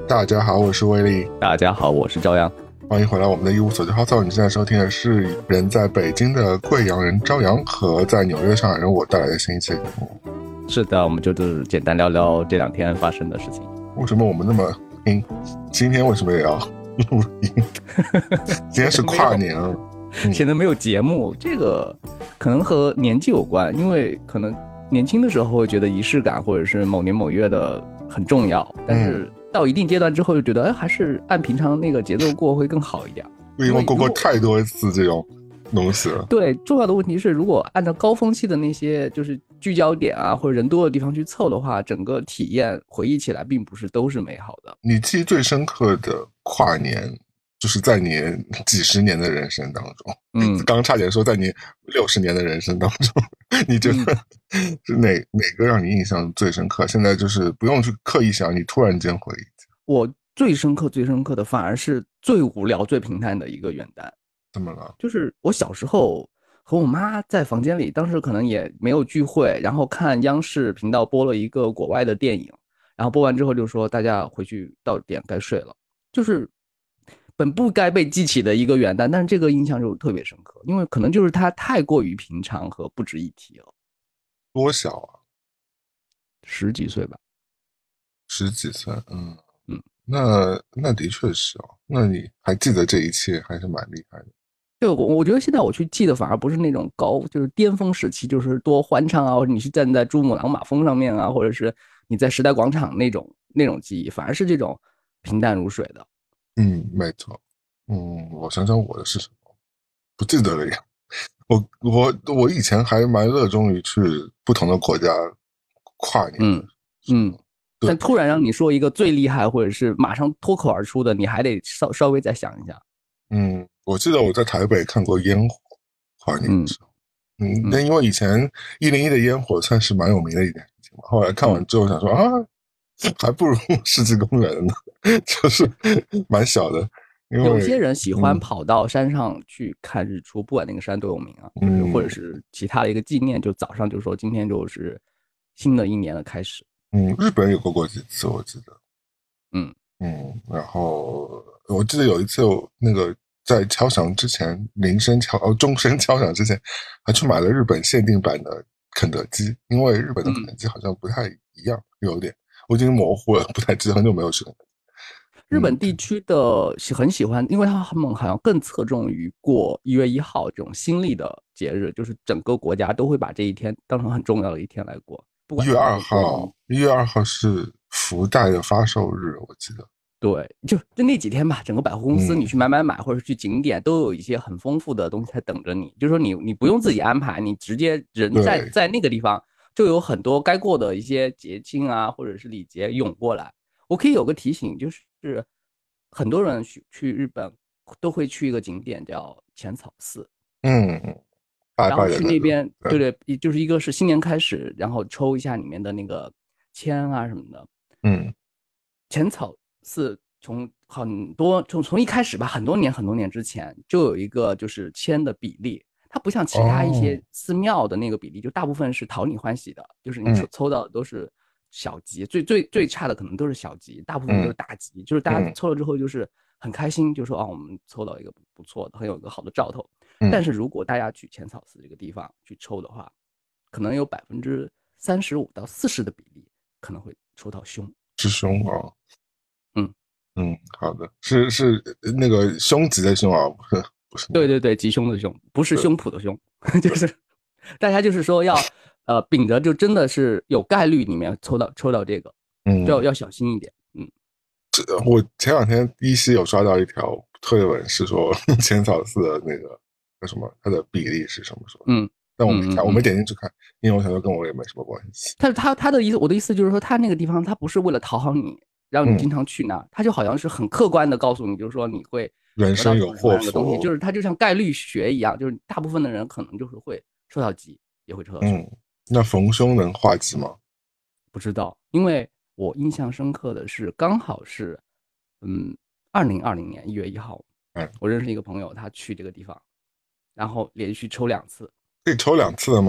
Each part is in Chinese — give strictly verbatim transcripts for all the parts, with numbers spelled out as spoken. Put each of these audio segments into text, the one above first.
大家好，我是威力。 大家好，我是朝阳。 欢迎回来我们的一无所知 Household。你现在收听的是人在北京的贵阳人朝阳和在纽约的上海人我带来的新一期节目。 是的，我们就是简单聊聊这两天发生的事情。 为什么我们那么拼？今天为什么也要录音？今天是跨年了， 显得没有节目，这个可能和年纪有关，因为可能年轻的时候会觉得仪式感或者是某年某月的很重要，但是到一定阶段之后就觉得，哎，还是按平常那个节奏过会更好一点。 因为过过太多次这种东西了。 对，重要的问题是，如果按照高峰期的那些就是聚焦点啊，或者人多的地方去凑的话，整个体验回忆起来并不是都是美好的。 你记忆最深刻的跨年，就是在你几十年的人生当中，嗯，刚差点说在你六十年的人生当中，你觉得是哪、嗯、哪个让你印象最深刻？现在就是不用去刻意想，你突然间回忆。 我最深刻、最深刻的反而是最无聊、最平淡的一个元旦。 怎么了？ 就是我小时候和我妈在房间里，当时可能也没有聚会，然后看央视频道播了一个国外的电影，然后播完之后就说大家回去到点该睡了，就是本不该被记起的一个元旦，但是这个印象就特别深刻，因为可能就是它太过于平常和不值一提了。 多小啊？ 十几岁吧。 十几岁，嗯嗯， 那那的确是哦。那你还记得这一切，还是蛮厉害的。 对，我我觉得现在我去记的反而不是那种高，就是巅峰时期，就是多欢畅啊，或者你是站在珠穆朗玛峰上面啊，或者是你在时代广场那种那种记忆，反而是这种平淡如水的。 嗯，没错。嗯，我想想我的是什么，不记得了呀。我我我以前还蛮热衷于去不同的国家跨年。 嗯嗯，但突然让你说一个最厉害，或者是马上脱口而出的，你还得稍稍微再想一下。 嗯，我记得我在台北看过烟火跨年的时候。嗯，但、嗯、因为以前一零一的烟火算是蛮有名的一件事情嘛，后来看完之后想说、嗯、啊，还不如世纪公园呢，就是蛮小的。因为有些人喜欢跑到山上去看日出，嗯、不管那个山多有名啊，就是或者是其他的一个纪念，就早上就说今天就是新的一年的开始。 嗯，日本有过过几次，我记得。 嗯嗯，然后我记得有一次那个在敲响之前，铃声敲哦钟声敲响之前，还去买了日本限定版的肯德基，因为日本的肯德基好像不太一样，嗯、有点我已经模糊了，不太记得，很久没有去肯德基。 日本地区的很喜欢，因为他们好像更侧重于过一月一号这种新历的节日，就是整个国家都会把这一天当成很重要的一天来过。 一月二号，一月二号是福袋的发售日，我记得。 对，就就那几天吧，整个百货公司你去买买买，或者去景点都有一些很丰富的东西在等着你。就是说你你不用自己安排，你直接人在在那个地方就有很多该过的一些节庆啊，或者是礼节涌过来。我可以有个提醒，就是很多人去去日本都会去一个景点叫浅草寺。 嗯， 然后去那边，对对，就是一个是新年开始，然后抽一下里面的那个签啊什么的。 嗯， 浅草寺从很多从从一开始吧，很多年很多年之前就有一个就是签的比例，它不像其他一些寺庙的那个比例，哦、就大部分是讨你欢喜的，就是你抽抽到的都是小吉，嗯、最最最差的可能都是小吉，大部分都是大吉，嗯、就是大家抽了之后就是很开心，就说啊、哦、我们抽到一个不错的，很有一个好的兆头。嗯、但是如果大家去浅草寺这个地方去抽的话，可能有百分之三十五到四十的比例可能会抽到凶。 是凶啊。 嗯嗯，好的，是是那个凶吉的凶啊，不是不是。 对对对，吉凶的凶，不是胸脯的凶，就是大家就是说要呃秉着就真的是有概率里面抽到抽到这个，嗯，就要要小心一点。嗯， 我前两天依稀有刷到一条推文，是说浅草寺的那个叫什么，它的比例是什么说？ 嗯。 但我没看，嗯嗯嗯我没点进去看，因为我想说跟我也没什么关系。 他他他的意思，我的意思就是说，他那个地方他不是为了讨好你，让你经常去那，嗯、他就好像是很客观的告诉你，就是说你会人生有祸福， 东西，就是他就像概率学一样，就是大部分的人可能就是会抽到吉，也会抽到凶。 嗯，那逢凶能化吉吗？ 不知道，因为我印象深刻的是，刚好是嗯，二零二零年一月一号，嗯，我认识一个朋友，他去这个地方，然后连续抽两次。 可以抽两次的吗？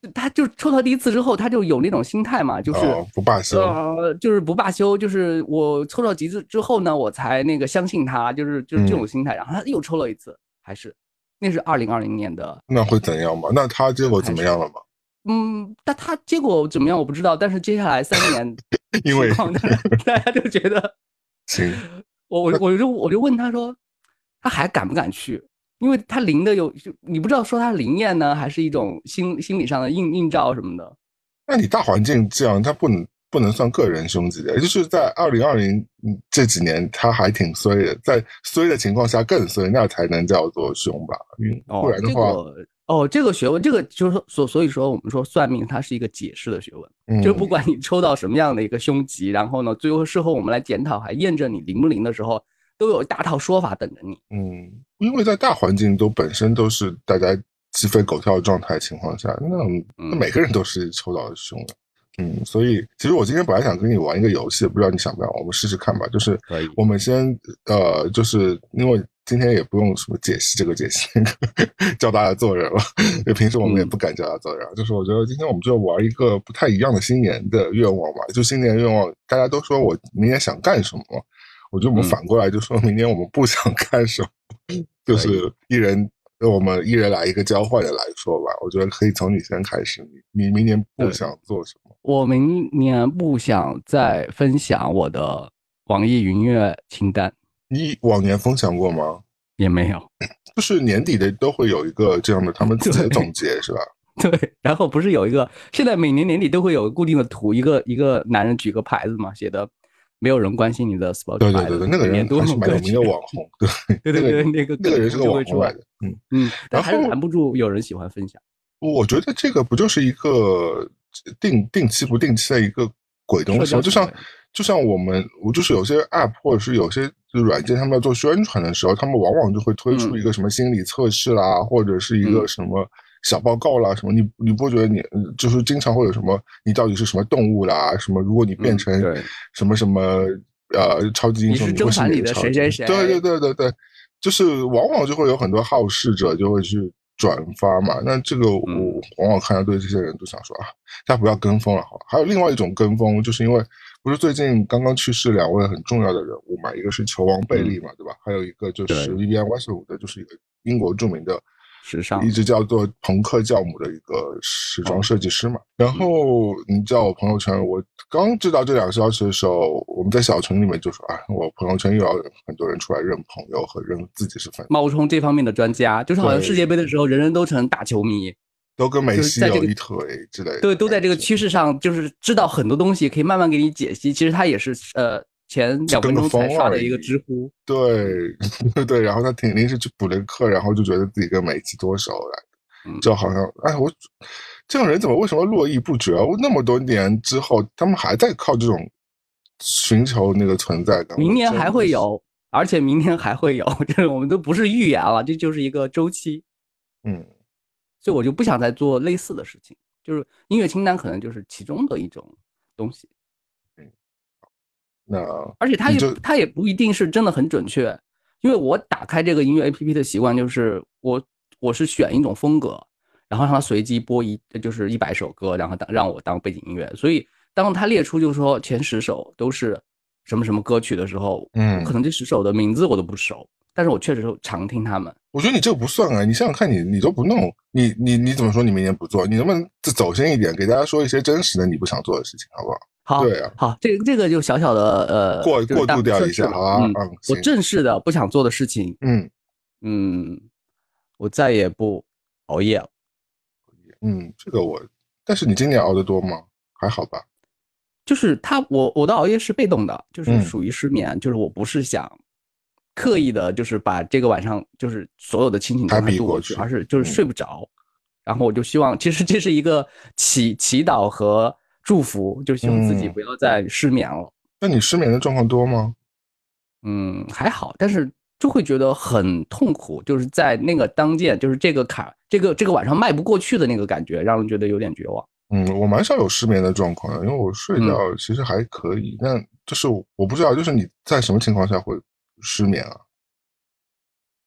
他就抽到第一次之后，他就有那种心态嘛，就是、 哦、不罢休， 呃，就是不罢休，就是我抽到几次之后呢，我才那个相信他，就是就是这种心态。嗯、然后他又抽了一次，还是那是二零二零年的， 那会怎样吗？那他结果怎么样了吗？ 嗯，但他结果怎么样我不知道，但是接下来三年因为情况，大家就觉得， 行， 我我我就我就问他说，他还敢不敢去？因为他灵的有，你不知道说他灵验呢，还是一种心心理上的映映照什么的。 那你大环境这样，他不能不能算个人凶吉的，就是在二零二零这几年他还挺衰的，在衰的情况下更衰，那才能叫做凶吧？不然的话。 哦，这个哦，这个学问，这个就是说，所所以说，我们说算命它是一个解释的学问， 嗯、 就是不管你抽到什么样的一个凶吉，然后呢，最后事后我们来检讨，还验证你灵不灵的时候，都有一大套说法等着你。 嗯，因为在大环境都本身都是大家鸡飞狗跳的状态情况下，那那每个人都是抽到的凶的。嗯，所以其实我今天本来想跟你玩一个游戏，不知道你想不想，我们试试看吧。就是我们先呃，就是因为今天也不用什么解析这个解析那个教大家做人了，因为平时我们也不敢教大家做人。嗯、就是我觉得今天我们就玩一个不太一样的新年的愿望吧。就新年愿望，大家都说我明年想干什么，我觉得我们反过来就说明年我们不想干什么，嗯、就是一人。我们一人来一个交换的来说吧，我觉得可以从你先开始。你你明年不想做什么？ 我明年不想再分享我的网易云音乐清单。 你往年分享过吗？ 也没有， 就是年底的都会有一个这样的他们自己的总结，是吧？ 对，然后不是有一个，现在每年年底都会有固定的图，一个一个男人举个牌子嘛，写的没有人关心你的 Spotify。 对对对对，那个人还是蛮有名的网红， 对对对对，那个那个人是个网红来的，嗯嗯，但还是拦不住有人喜欢分享。 我觉得这个不就是一个定定期不定期的一个鬼东西吗？就像就像我们，我就是有些 App 或者是有些软件，他们要做宣传的时候，他们往往就会推出一个什么心理测试啦，嗯、或者是一个什么小报告啦，什么你你不觉得你就是经常会有什么你到底是什么动物啦，什么如果你变成什么什么、嗯、呃超级英雄， 你是甄嬛里的谁谁谁？ 对对对对对，就是往往就会有很多好事者就会去转发嘛，那这个我往往看到对这些人都想说啊，大家不要跟风了好。还有另外一种跟风，就是因为不是最近刚刚去世两位很重要的人物嘛，一个是球王贝利嘛，嗯、对吧？还有一个就是 Vivienne Westwood，就是一个英国著名的时尚， 一直叫做朋克教母的一个时装设计师嘛。哦、然后你知道我朋友圈，我刚知道这两个消息的时候，我们在小群里面就说啊，我朋友圈又要很多人出来认朋友和认自己是粉丝， 冒充这方面的专家，就是好像世界杯的时候，人人都成大球迷。 都跟梅西有一腿之类的， 对，都在这个趋势上，就是知道很多东西，可以慢慢给你解析。其实他也是呃前两分钟才刷的一个知乎， 对对，然后他肯定是去补了个课，然后就觉得自己跟梅西多熟来的，嗯、就好像哎我这种人怎么为什么络绎不绝？那么多年之后，他们还在靠这种寻求那个存在感。 明年还会有，而且明年还会有，这我们都不是预言了，这就是一个周期。 嗯。 所以我就不想再做类似的事情，就是音乐清单可能就是其中的一种东西。 嗯，那而且它也它也不一定是真的很准确，因为我打开这个音乐 A P P 的习惯就是我我是选一种风格，然后让它随机播一就是一百首歌，然后当让我当背景音乐。所以当它列出就是说前十首都是什么什么歌曲的时候，嗯，可能这十首的名字我都不熟。但是我确实常听他们。 我觉得你这个不算啊！你想想看你，你都不弄，你你你怎么说你明年不做？你能不能走心一点，给大家说一些真实的你不想做的事情，好不好？ 好， 对啊， 好，这个这个就小小的呃过过渡掉一下，好啊， 嗯，嗯我正式的不想做的事情， 嗯嗯，我再也不熬夜了。 嗯，这个我，但是你今年熬得多吗？还好吧？ 就是他，我我的熬夜是被动的，就是属于失眠，嗯、就是我不是想。刻意的，就是把这个晚上就是所有的清醒状态度过去，而是就是睡不着。嗯、然后我就希望，其实这是一个祈祈祷和祝福，就希望自己不要再失眠了。 嗯、那你失眠的状况多吗？ 嗯，还好，但是就会觉得很痛苦，就是在那个当间，就是这个坎，这个这个晚上迈不过去的那个感觉，让人觉得有点绝望。 嗯，我蛮少有失眠的状况的，因为我睡觉其实还可以，但、嗯、就是我不知道，就是你在什么情况下会失眠啊？ 就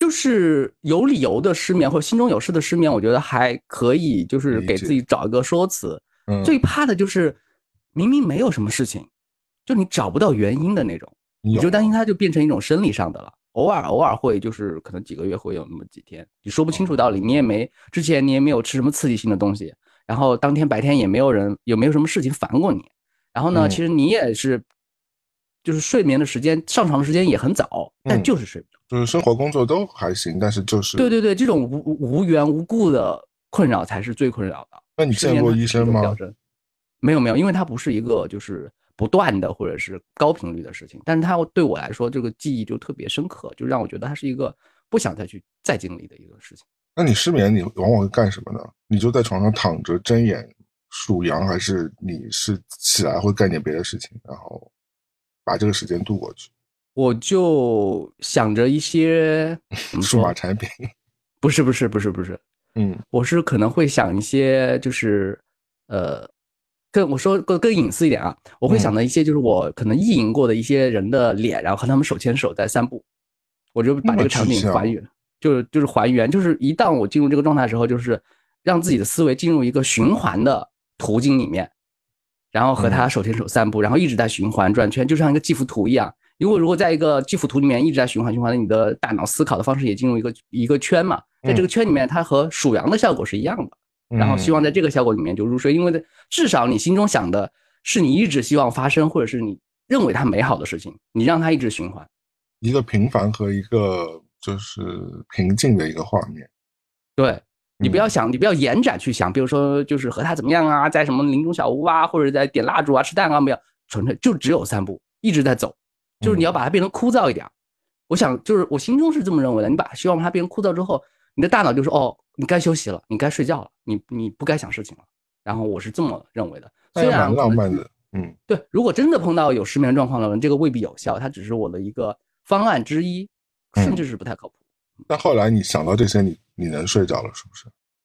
就是有理由的失眠或者心中有事的失眠，我觉得还可以，就是给自己找一个说辞。 嗯， 最怕的就是明明没有什么事情，就你找不到原因的那种，你就担心它就变成一种生理上的了。偶尔偶尔会就是可能几个月会有那么几天，你说不清楚道理，你也没之前你也没有吃什么刺激性的东西，然后当天白天也没有人有没有什么事情烦过你，然后呢， 嗯、 其实你也是。就是睡眠的时间上床的时间也很早，但就是睡不着、 嗯，就是生活工作都还行，但是就是对对对，这种无无缘无故的困扰才是最困扰的。 那你见过医生吗？ 没有没有，因为它不是一个就是不断的或者是高频率的事情，但是它对我来说这个记忆就特别深刻，就让我觉得它是一个不想再去再经历的一个事情。 那你失眠你往往会干什么呢？你就在床上躺着睁眼数羊，还是你是起来会干点别的事情，然后把这个时间度过去？ 我就想着一些数码产品， 不是不是不是不是， 嗯， 我是可能会想一些就是呃，更我说更更隐私一点啊，我会想到一些就是我可能意淫过的一些人的脸，然后和他们手牵手在散步，我就把这个场景还原，就是就是还原，就是一旦我进入这个状态的时候，就是让自己的思维进入一个循环的途径里面，然后和他手牵手散步，然后一直在循环转圈，就像一个记符图一样。如果如果在一个记符图里面一直在循环循环，你的大脑思考的方式也进入一个一个圈嘛，在这个圈里面，它和数羊的效果是一样的。然后希望在这个效果里面就入睡，因为至少你心中想的是你一直希望发生，或者是你认为它美好的事情，你让它一直循环， 一个平凡和一个就是平静的一个画面。 对，你不要想，你不要延展去想，比如说就是和他怎么样啊，在什么林中小屋啊，或者在点蜡烛啊、吃蛋糕，没有，纯粹就只有散步，一直在走，就是你要把它变成枯燥一点。我想就是我心中是这么认为的，你把希望它变成枯燥之后，你的大脑就说哦，你该休息了，你该睡觉了，你你不该想事情了。然后我是这么认为的，虽然蛮浪漫的，嗯， 对，如果真的碰到有失眠状况的人，这个未必有效，它只是我的一个方案之一，甚至是不太靠谱。 嗯、但后来你想到这些，你你能睡着了，是不是？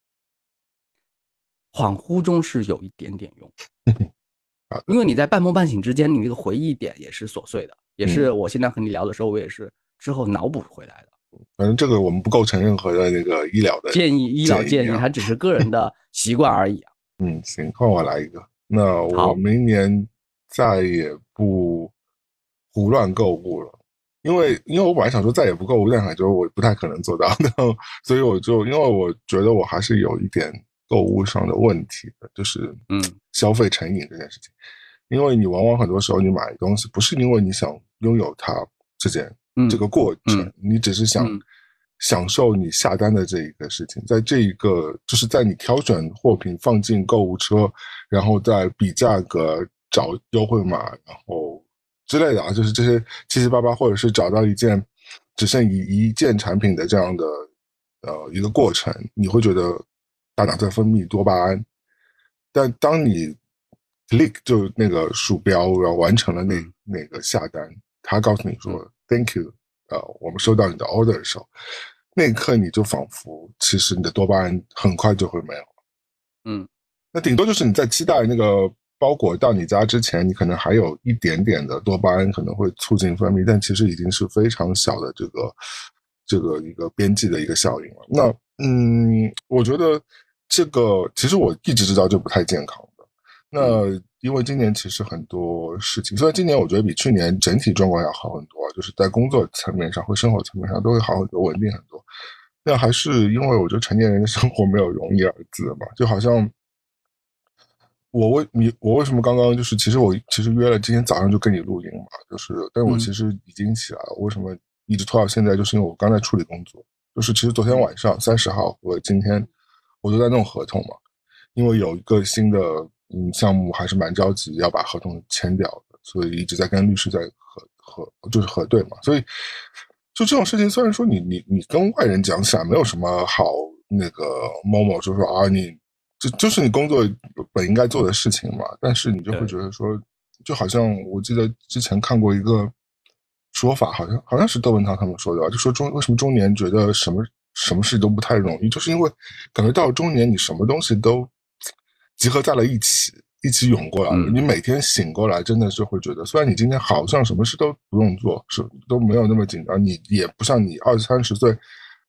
恍惚中是有一点点用，因为你在半梦半醒之间，你这个回忆点也是琐碎的，也是我现在和你聊的时候，我也是之后脑补回来的。 反正这个我们不构成任何的那个医疗的建议，医疗建议，它只是个人的习惯而已啊。 嗯，行，换我来一个。那我明年再也不胡乱购物了，因为因为我本来想说再也不购物，但感觉我不太可能做到的，所以我就因为我觉得我还是有一点购物上的问题的，就是嗯消费成瘾这件事情。因为你往往很多时候你买东西不是因为你想拥有它这件、嗯、这个过程、嗯，你只是想享受你下单的这一个事情，在这一个就是在你挑选货品放进购物车，然后再比价格找优惠码，然后之类的啊，就是这些七七八八，或者是找到一件只剩一一件产品的这样的呃一个过程，你会觉得大脑在分泌多巴胺，但当你 click 就那个鼠标，然后完成了那那个下单，他告诉你说、嗯、Thank you， 呃，我们收到你的 order 的时候，那一刻你就仿佛其实你的多巴胺很快就会没有了。 嗯， 那顶多就是你在期待那个包裹到你家之前，你可能还有一点点的多巴胺可能会促进分泌，但其实已经是非常小的这个这个一个边际的一个效应了。那嗯，我觉得这个其实我一直知道这不太健康的。那因为今年其实很多事情，虽然今年我觉得比去年整体状况要好很多，就是在工作层面上或生活层面上都会好很多，稳定很多。那还是因为我觉得成年人的生活没有容易二字嘛，就好像我为你我为什么刚刚就是其实我其实约了今天早上就跟你录音嘛，就是但我其实已经起来了，嗯、为什么一直拖到现在？就是因为我刚在处理工作，就是其实昨天晚上三十号和今天我都在弄合同嘛，因为有一个新的嗯项目还是蛮着急要把合同签掉的，所以一直在跟律师在核核就是核对嘛，所以就这种事情虽然说你你你跟外人讲起来没有什么好那个某某就说啊你这就是你工作本应该做的事情嘛，但是你就会觉得说就好像我记得之前看过一个说法，好像好像是窦文涛他们说的吧，就说中为什么中年觉得什么什么事都不太容易，就是因为感觉到中年你什么东西都集合在了一起，一起涌过来了、嗯、你每天醒过来真的是会觉得，虽然你今天好像什么事都不用做，是都没有那么紧张，你也不像你二三十岁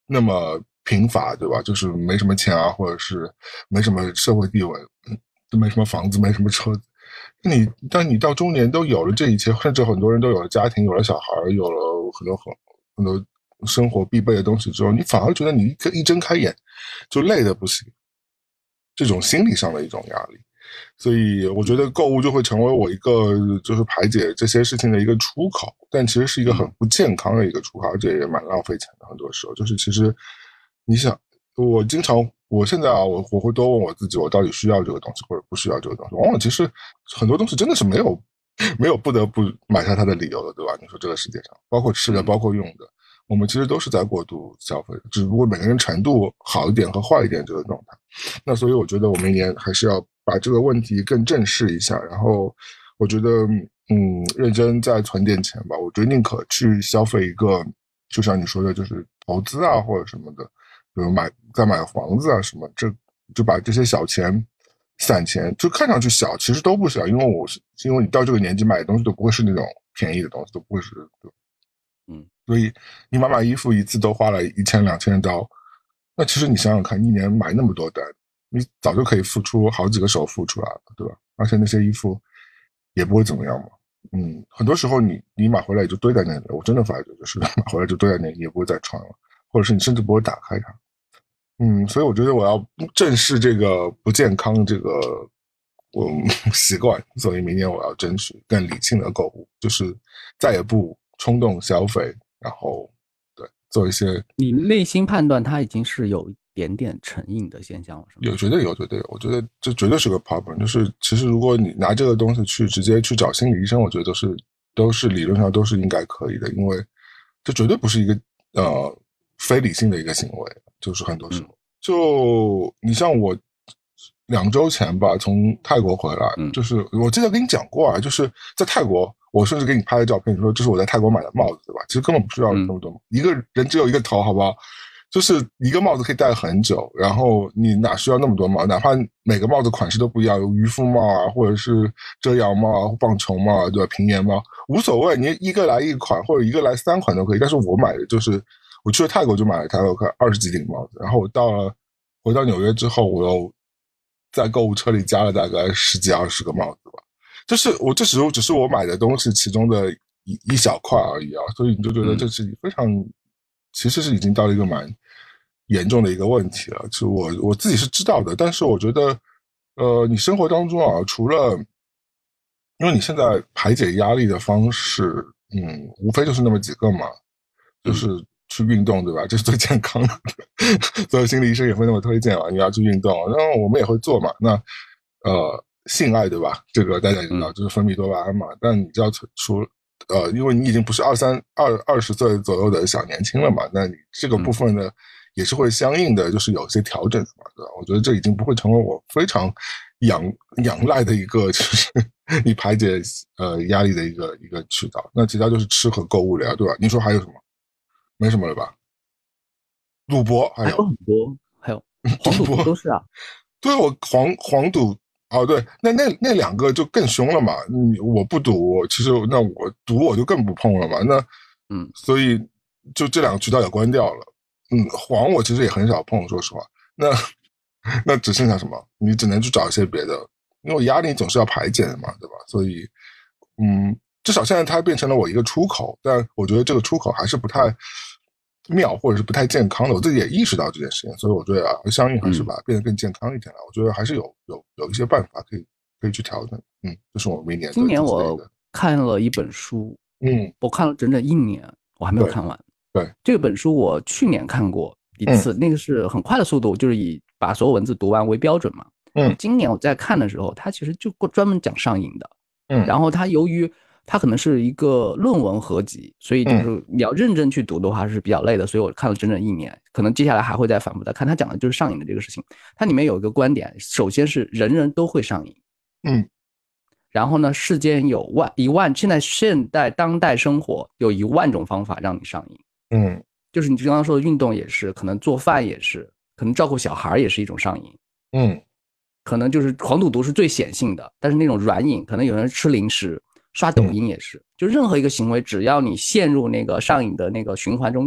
那么贫乏，对吧？就是没什么钱啊，或者是没什么社会地位，嗯，就没什么房子，没什么车子。你当你到中年都有了这一切，甚至很多人都有了家庭，有了小孩，有了很多很很多生活必备的东西之后，你反而觉得你一一睁开眼就累得不行，这种心理上的一种压力。所以我觉得购物就会成为我一个就是排解这些事情的一个出口，但其实是一个很不健康的一个出口，而且也蛮浪费钱的。很多时候就是其实你想，我经常我现在啊，我我会多问我自己，我到底需要这个东西或者不需要这个东西。往往其实很多东西真的是没有没有不得不买下它的理由的，对吧？你说这个世界上，包括吃的，包括用的，我们其实都是在过度消费的，只不过每个人程度好一点和坏一点这个状态。那所以我觉得我明年还是要把这个问题更正视一下，然后我觉得嗯，认真再存点钱吧。我觉得宁可去消费一个，就像你说的，就是投资啊或者什么的，比如买再买房子啊什么，这就把这些小钱散钱，就看上去小，其实都不小，因为我是因为你到这个年纪买的东西都不会是那种便宜的东西，都不会是， 嗯， 所以你买买衣服一次都花了一千两千刀，那其实你想想看，一年买那么多单，你早就可以付出好几个首付出来了，对吧？而且那些衣服也不会怎么样嘛。嗯，很多时候你你买回来也就堆在那里，我真的发觉就是买回来就堆在那里，也不会再穿了，或者是你甚至不会打开它。嗯，所以我觉得我要正视这个不健康这个嗯习惯，所以明年我要争取更理性的购物，就是再也不冲动消费，然后对做一些。 你内心判断它已经是有一点点成瘾的现象了，是吗？ 有，绝对有，绝对有。我觉得这绝对是个 problem。就是其实如果你拿这个东西去直接去找心理医生，我觉得都是都是理论上都是应该可以的，因为这绝对不是一个呃非理性的一个行为。就是很多时候，嗯、就你像我两周前吧，从泰国回来，嗯、就是我记得跟你讲过啊，就是在泰国，我甚至给你拍了照片，说这是我在泰国买的帽子，对吧？其实根本不需要那么多，嗯、一个人只有一个头，好不好？就是一个帽子可以戴很久，然后你哪需要那么多帽？哪怕每个帽子款式都不一样，有渔夫帽啊，或者是遮阳帽啊、棒球帽啊，对吧？平檐帽无所谓，你一个来一款或者一个来三款都可以。但是我买的就是我去了泰国就买了泰国二十几顶帽子，然后我到了回到纽约之后，我又在购物车里加了大概十几二十个帽子吧。就是我这时候只是我买的东西其中的一一小块而已啊，所以你就觉得这是非常。嗯其实是已经到了一个蛮严重的一个问题了，就我我自己是知道的，但是我觉得，呃，你生活当中啊，除了，因为你现在排解压力的方式，嗯，无非就是那么几个嘛，就是去运动，对吧？这是最健康的，所有心理医生也会那么推荐嘛，你要去运动，然后我们也会做嘛。那呃，性爱对吧？这个大家也知道，就是分泌多巴胺嘛，但你知道除呃，因为你已经不是二三二二十岁左右的小年轻了嘛，那你这个部分呢，也是会相应的就是有些调整的嘛，对吧？我觉得这已经不会成为我非常仰仰赖的一个，就是你排解呃压力的一个一个渠道。那其他就是吃和购物了，对吧？你说还有什么？没什么了吧？赌博还有， 还有很多，还有黄赌毒都是啊。 对，我黄黄赌。哦，对，那那那两个就更凶了嘛。你我不赌，其实那我赌我就更不碰了嘛。那嗯， 所以就这两个渠道也关掉了。嗯，黄我其实也很少碰，说实话。那那只剩下什么？你只能去找一些别的，因为压力总是要排解的嘛，对吧？所以嗯，至少现在它变成了我一个出口，但我觉得这个出口还是不太妙，或者是不太健康的。我自己也意识到这件事情，所以我觉得啊，相应还是把它变得更健康一点了。我觉得还是有有有一些办法可以可以去调整。嗯，这是我明年今年我看了一本书， 嗯， 我看了整整一年，我还没有看完。 对， 这本书我去年看过一次，嗯、那个是很快的速度，就是以把所有文字读完为标准嘛。 嗯， 今年我在看的时候，它其实就专门讲上瘾的。 嗯， 然后它由于它可能是一个论文合集，所以就是你要认真去读的话是比较累的，所以我看了整整一年，可能接下来还会再反复的看。它讲的就是上瘾的这个事情，它里面有一个观点，首先是人人都会上瘾， 嗯， 然后呢，世间有万一万，现在现代当代生活有一万种方法让你上瘾， 嗯， 就是你刚刚说的运动也是，可能做饭也是，可能照顾小孩也是一种上瘾， 嗯。 可能就是黄赌毒是最显性的，但是那种软瘾，可能有人吃零食、刷抖音也是，就任何一个行为，只要你陷入那个上瘾的那个循环中去，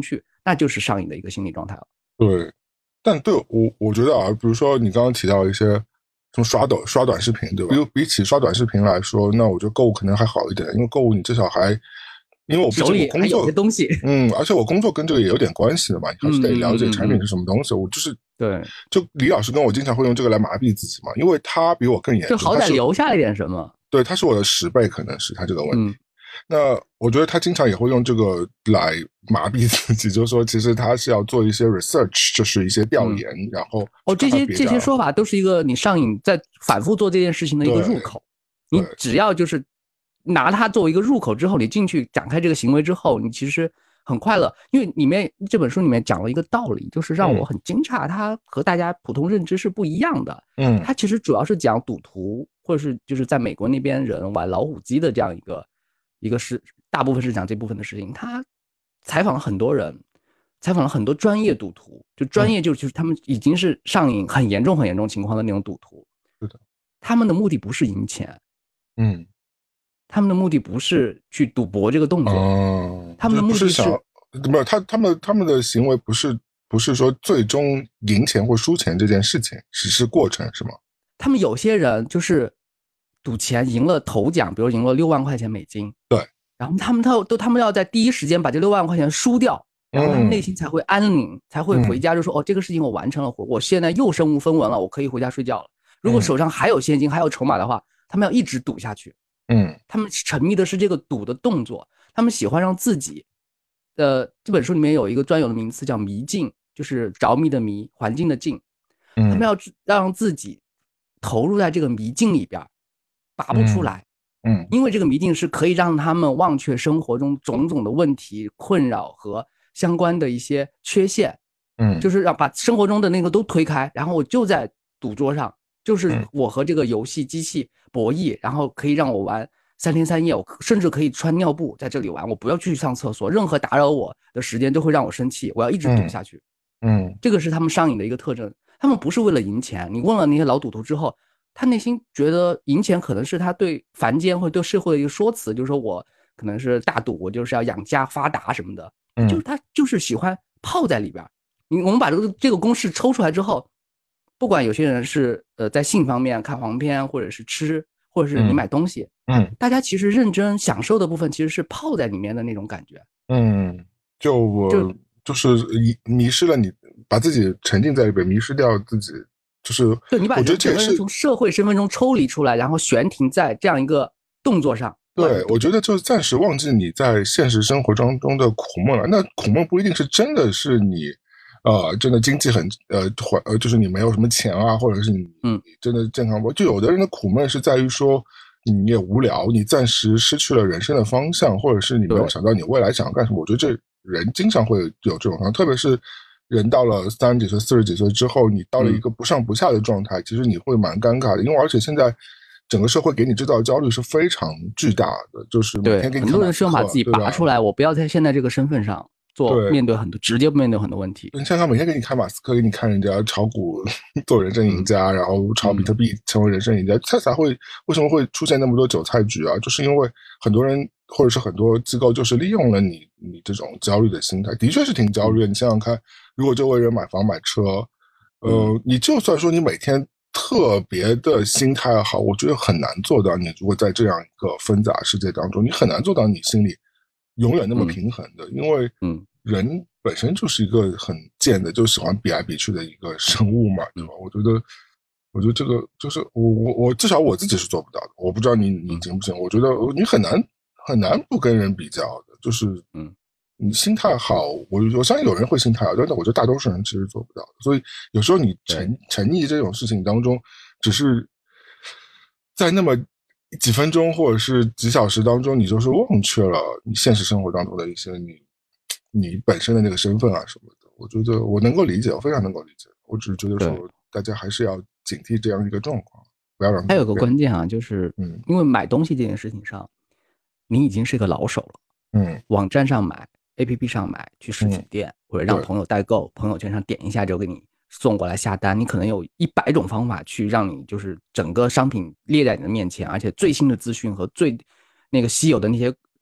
那就是上瘾的一个心理状态了。 对，但对我我觉得啊，比如说你刚刚提到一些什么刷抖刷短视频，对吧？比比起刷短视频来说，那我觉得购物可能还好一点，因为购物你至少还，因为我毕手里还有竟我工作些东西， 嗯，而且我工作跟这个也有点关系的嘛，你还是得了解产品是什么东西。 嗯嗯嗯我就是对， 就李老师跟我经常会用这个来麻痹自己嘛，因为他比我更严重， 就好歹留下了点什么。 对，他是我的十倍，可能是他这个问题。 嗯那我觉得他经常也会用这个来麻痹自己，就是说其实他是要做一些 research， 就是一些调研，嗯、然后哦，这些这些说法都是一个你上瘾在反复做这件事情的一个入口。你只要就是拿它作为一个入口之后，你进去展开这个行为之后，你其实很快乐，因为里面这本书里面讲了一个道理，就是让我很惊诧，它和大家普通认知是不一样的。 嗯， 它其实主要是讲赌徒或者是就是在美国那边人玩老虎机的这样一个。一个是大部分是讲这部分的事情，他采访了很多人，采访了很多专业赌徒，就专业就就是他们已经是上瘾很严重很严重情况的那种赌徒。 是的， 他们的目的不是赢钱， 嗯， 他们的目的不是去赌博这个动作， 哦， 他们的目的是没有他他们他们的行为不是不是说最终赢钱或输钱这件事情，只是过程是吗？ 他们有些人就是赌钱赢了头奖，比如赢了六万块钱美金， 对， 然后他们都都他们要在第一时间把这六万块钱输掉，然后他们内心才会安宁，嗯、才会回家就说、嗯、哦，这个事情我完成了，我现在又身无分文了，我可以回家睡觉了。如果手上还有现金还有筹码的话，他们要一直赌下去。 嗯， 他们沉迷的是这个赌的动作，他们喜欢让自己的、呃、这本书里面有一个专有的名词叫迷境，就是着迷的迷，环境的境。他们要让自己投入在这个迷境里边，拔不出来。 嗯， 因为这个迷境是可以让他们忘却生活中种种的问题、困扰和相关的一些缺陷。 嗯， 就是让把生活中的那个都推开，然后我就在赌桌上，就是我和这个游戏机器博弈，然后可以让我玩三天三夜，我甚至可以穿尿布在这里玩，我不要去上厕所，任何打扰我的时间都会让我生气，我要一直赌下去。 嗯， 这个是他们上瘾的一个特征。他们不是为了赢钱，你问了那些老赌徒之后，他内心觉得赢钱可能是他对凡间或者对社会的一个说辞，就是说我可能是大赌，我就是要养家发达什么的，嗯、就是他就是喜欢泡在里边。你我们把这个这个公式抽出来之后，不管有些人是呃在性方面看黄片，或者是吃，或者是你买东西， 嗯，嗯大家其实认真享受的部分其实是泡在里面的那种感觉。 嗯，就我就就是迷失了你，把自己沉浸在里边，迷失掉自己，就是对你把整个人从社会身份中抽离出来，然后悬停在这样一个动作上。 对，我觉得就是暂时忘记你在现实生活当中的苦闷了。那苦闷不一定是真的是你。呃，真的经济很呃缓呃，就是你没有什么钱啊，或者是你嗯真的健康不，就有的人的苦闷是在于说你也无聊，你暂时失去了人生的方向，或者是你没有想到你未来想要干什么。我觉得这人经常会有这种情况，特别是人到了三十几岁、四十几岁之后，你到了一个不上不下的状态，嗯、其实你会蛮尴尬的，因为而且现在整个社会给你制造焦虑是非常巨大的，就是每天给你很多人希望把自己拔出来，我不要在现在这个身份上。做面对很多直接面对很多问题。 你像他每天给你看马斯克，给你看人家炒股做人生赢家，嗯、然后炒比特币成为人生赢家，他才会为什么会出现那么多韭菜局啊？就是因为很多人或者是很多机构就是利用了你你这种焦虑的心态，的确是挺焦虑的。你想想看，如果就为人买房买车，呃，嗯、你就算说你每天特别的心态好，我觉得很难做到。你如果在这样一个纷杂世界当中，你很难做到你心里永远那么平衡的，嗯、因为嗯。人本身就是一个很贱的，就喜欢比来比去的一个生物嘛，对吧？我觉得，我觉得这个就是我我我至少我自己是做不到的。我不知道你你行不行？我觉得你很难很难不跟人比较的，就是嗯，你心态好，我我相信有人会心态好，但是我觉得大多数人其实做不到的。所以有时候你沉沉溺这种事情当中，只是在那么几分钟或者是几小时当中，你就是忘却了你现实生活当中的一些你。你本身的那个身份啊什么的，我觉得我能够理解，我非常能够理解。我只是觉得说，大家还是要警惕这样一个状况，不要让。 还有个关键啊，就是嗯，因为买东西这件事情上，你已经是个老手了。 嗯， 网站上买 ，A P P 上买，去实体店、嗯、或者让朋友代购，朋友圈上点一下就给你送过来下单。你可能有一百种方法去让你就是整个商品列在你的面前，而且最新的资讯和最那个稀有的那些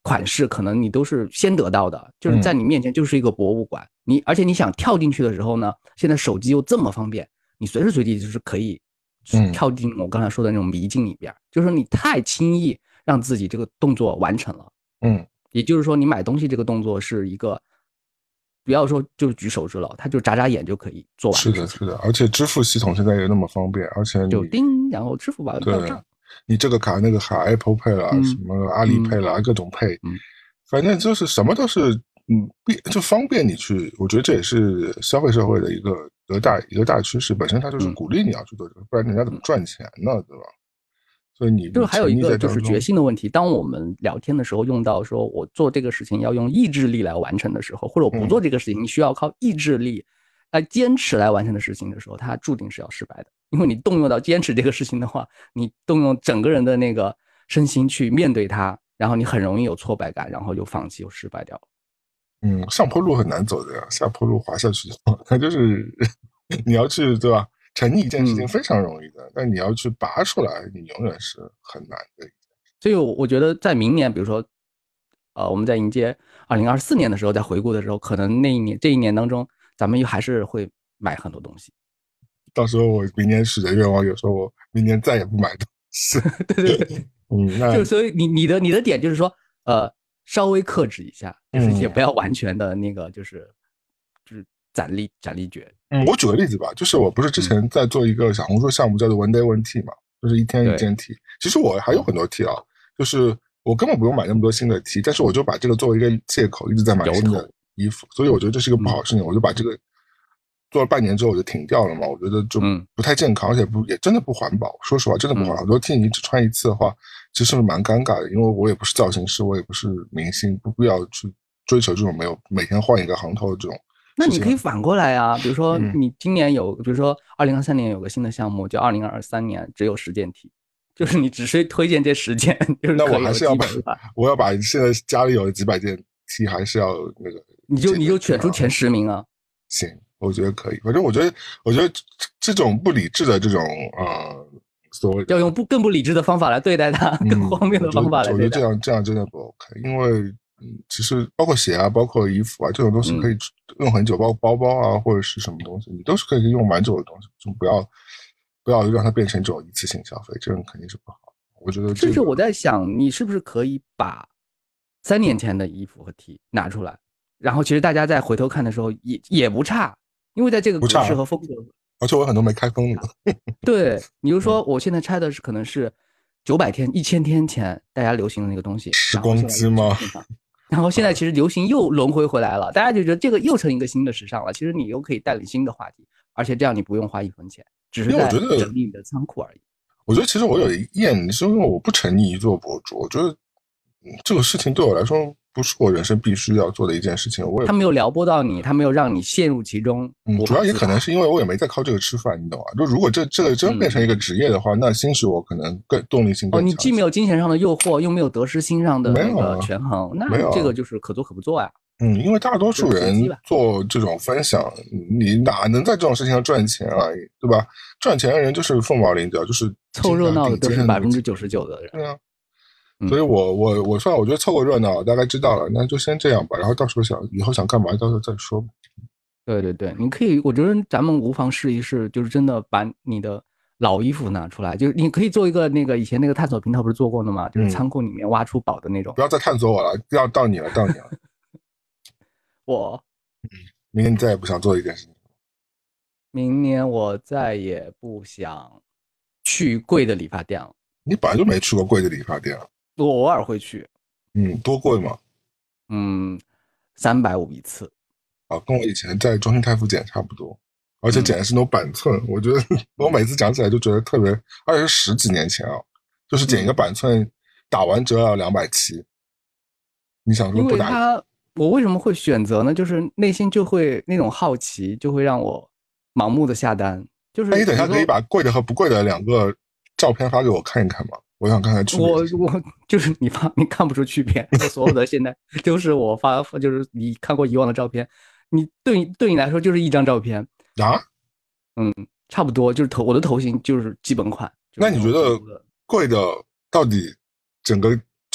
款式，可能你都是先得到的，就是在你面前就是一个博物馆。嗯、你而且你想跳进去的时候呢，现在手机又这么方便，你随时随地就是可以跳进我刚才说的那种迷境里边，嗯、就是你太轻易让自己这个动作完成了。 嗯， 也就是说，你买东西这个动作是一个。不要说就是举手之劳，他就眨眨眼就可以做完。 是的，是的，而且支付系统现在也那么方便，而且你就叮，然后支付宝到账， 你这个卡那个卡 Apple Pay 啦， 嗯、 什么阿里 Pay 啦，嗯、各种 Pay，、嗯、反正就是什么都是嗯，就方便你去。我觉得这也是消费社会的一个一个大一个大趋势，本身它就是鼓励你要去做这个，不然人家怎么赚钱呢？对吧？所以你就是还有一个就是决心的问题。当我们聊天的时候用到说我做这个事情要用意志力来完成的时候，或者我不做这个事情，你需要靠意志力来坚持来完成的事情的时候，它注定是要失败的。因为你动用到坚持这个事情的话，你动用整个人的那个身心去面对它，然后你很容易有挫败感，然后又放弃又失败掉了。 嗯，上坡路很难走的呀，下坡路滑下去，它就是你要去对吧？成立一件事情非常容易的，嗯、但你要去拔出来，你永远是很难的。 所以，我觉得在明年，比如说，呃，我们在迎接二零二四年的时候，在回顾的时候，可能那一年这一年当中，咱们又还是会买很多东西。 到时候我明年许的愿望，有时候我明年再也不买东西。 对对对， 嗯，那就所以你你的你的点就是说，呃，稍微克制一下，就是也不要完全的那个，就是、嗯、就是斩立斩立决。 嗯，我举个例子吧，就是我不是之前在做一个小红书项目，叫做 One Day One T 嘛，就是一天一件 T。其实我还有很多 T 啊，就是我根本不用买那么多新的 T，但是我就把这个作为一个借口，一直在买新的衣服，所以我觉得这是一个不好的事情，嗯、我就把这个做了半年之后我就停掉了嘛。我觉得就不太健康，而且不也真的不环保。说实话，真的不环保。很多 T 你只穿一次的话，其实是蛮尴尬的，因为我也不是造型师，我也不是明星，不必要去追求这种没有每天换一个行头的这种。 那你可以反过来啊，比如说你今年有，嗯、比如说二零二三年有个新的项目，叫二零二三年只有十件 T， 就是你只需推荐这十件，就是那我还是要把我要把现在家里有的几百件 T 还是要那个， 你就你就选出前十名啊。 行，我觉得可以。反正我觉得，我觉得这种不理智的这种呃，所谓要用不更不理智的方法来对待它，嗯、更荒谬的方法来对待。 我觉得这样这样真的不 OK， 因为。嗯，其实包括鞋啊，包括衣服啊，这种东西可以用很久，包括包包啊，或者是什么东西，你都是可以用蛮久的东西，就不要不要让它变成这种一次性消费，这种肯定是不好。我觉得、这个， 甚至我在想，你是不是可以把三年前的衣服和 T 拿出来，然后其实大家在回头看的时候也也不差，因为在这个格式和风格， 而且我很多没开封的。 对，你就说我现在拆的是可能是九百天、一千天前大家流行的那个东西， 时光机吗？ 然后现在其实流行又轮回回来了，大家就觉得这个又成一个新的时尚了。其实你又可以带领新的话题，而且这样你不用花一分钱，只是在整理你的仓库而已。 我觉得其实我有一厌，是因为我不沉溺于做博主，我觉得这个事情对我来说不是我人生必须要做的一件事情。我也他没有撩拨到你，他没有让你陷入其中。 嗯，主要也可能是因为我也没在靠这个吃饭，你懂吗？就如果这这个真变成一个职业的话，嗯、那兴许我可能更动力性更强。 哦，你既没有金钱上的诱惑，又没有得失心上的那个权衡，那这个就是可做可不做呀。 嗯，因为大多数人做这种分享，你哪能在这种事情上赚钱啊？对吧？赚钱的人就是凤毛麟角，就是凑热闹的都是百分之九十九的人。 对啊。所以我我我算我觉得凑个热闹，大概知道了，那就先这样吧。然后到时候想以后想干嘛，到时候再说吧。 对对对，你可以，我觉得咱们无妨试一试，就是真的把你的老衣服拿出来，就是你可以做一个那个以前那个探索频道不是做过的吗？就是仓库里面挖出宝的那种。 不要再探索我了，要到你了，到你了。 我， 嗯，明年你再也不想做一件事情。 明年我再也不想去贵的理发店了。 你本来就没去过贵的理发店。 我偶尔会去。 嗯，多贵吗？ 嗯，三百五一次。 啊，跟我以前在中信泰富剪差不多，而且剪的是那种板寸。嗯、我觉得我每次讲起来就觉得特别，而且是十几年前啊，就是剪一个板寸，打完折要两百七。你想说不打？ 因为他，我为什么会选择呢？就是内心就会那种好奇，就会让我盲目的下单。就是那你等一下可以把贵的和不贵的两个照片发给我看一看吗？我想看看区别。 我我就是你发，你看不出区别。所有的现在都是我发，就是你看过以往的照片，你对对你来说就是一张照片啊。 嗯，差不多，就是头我的头型就是基本款。 那你觉得贵的到底整个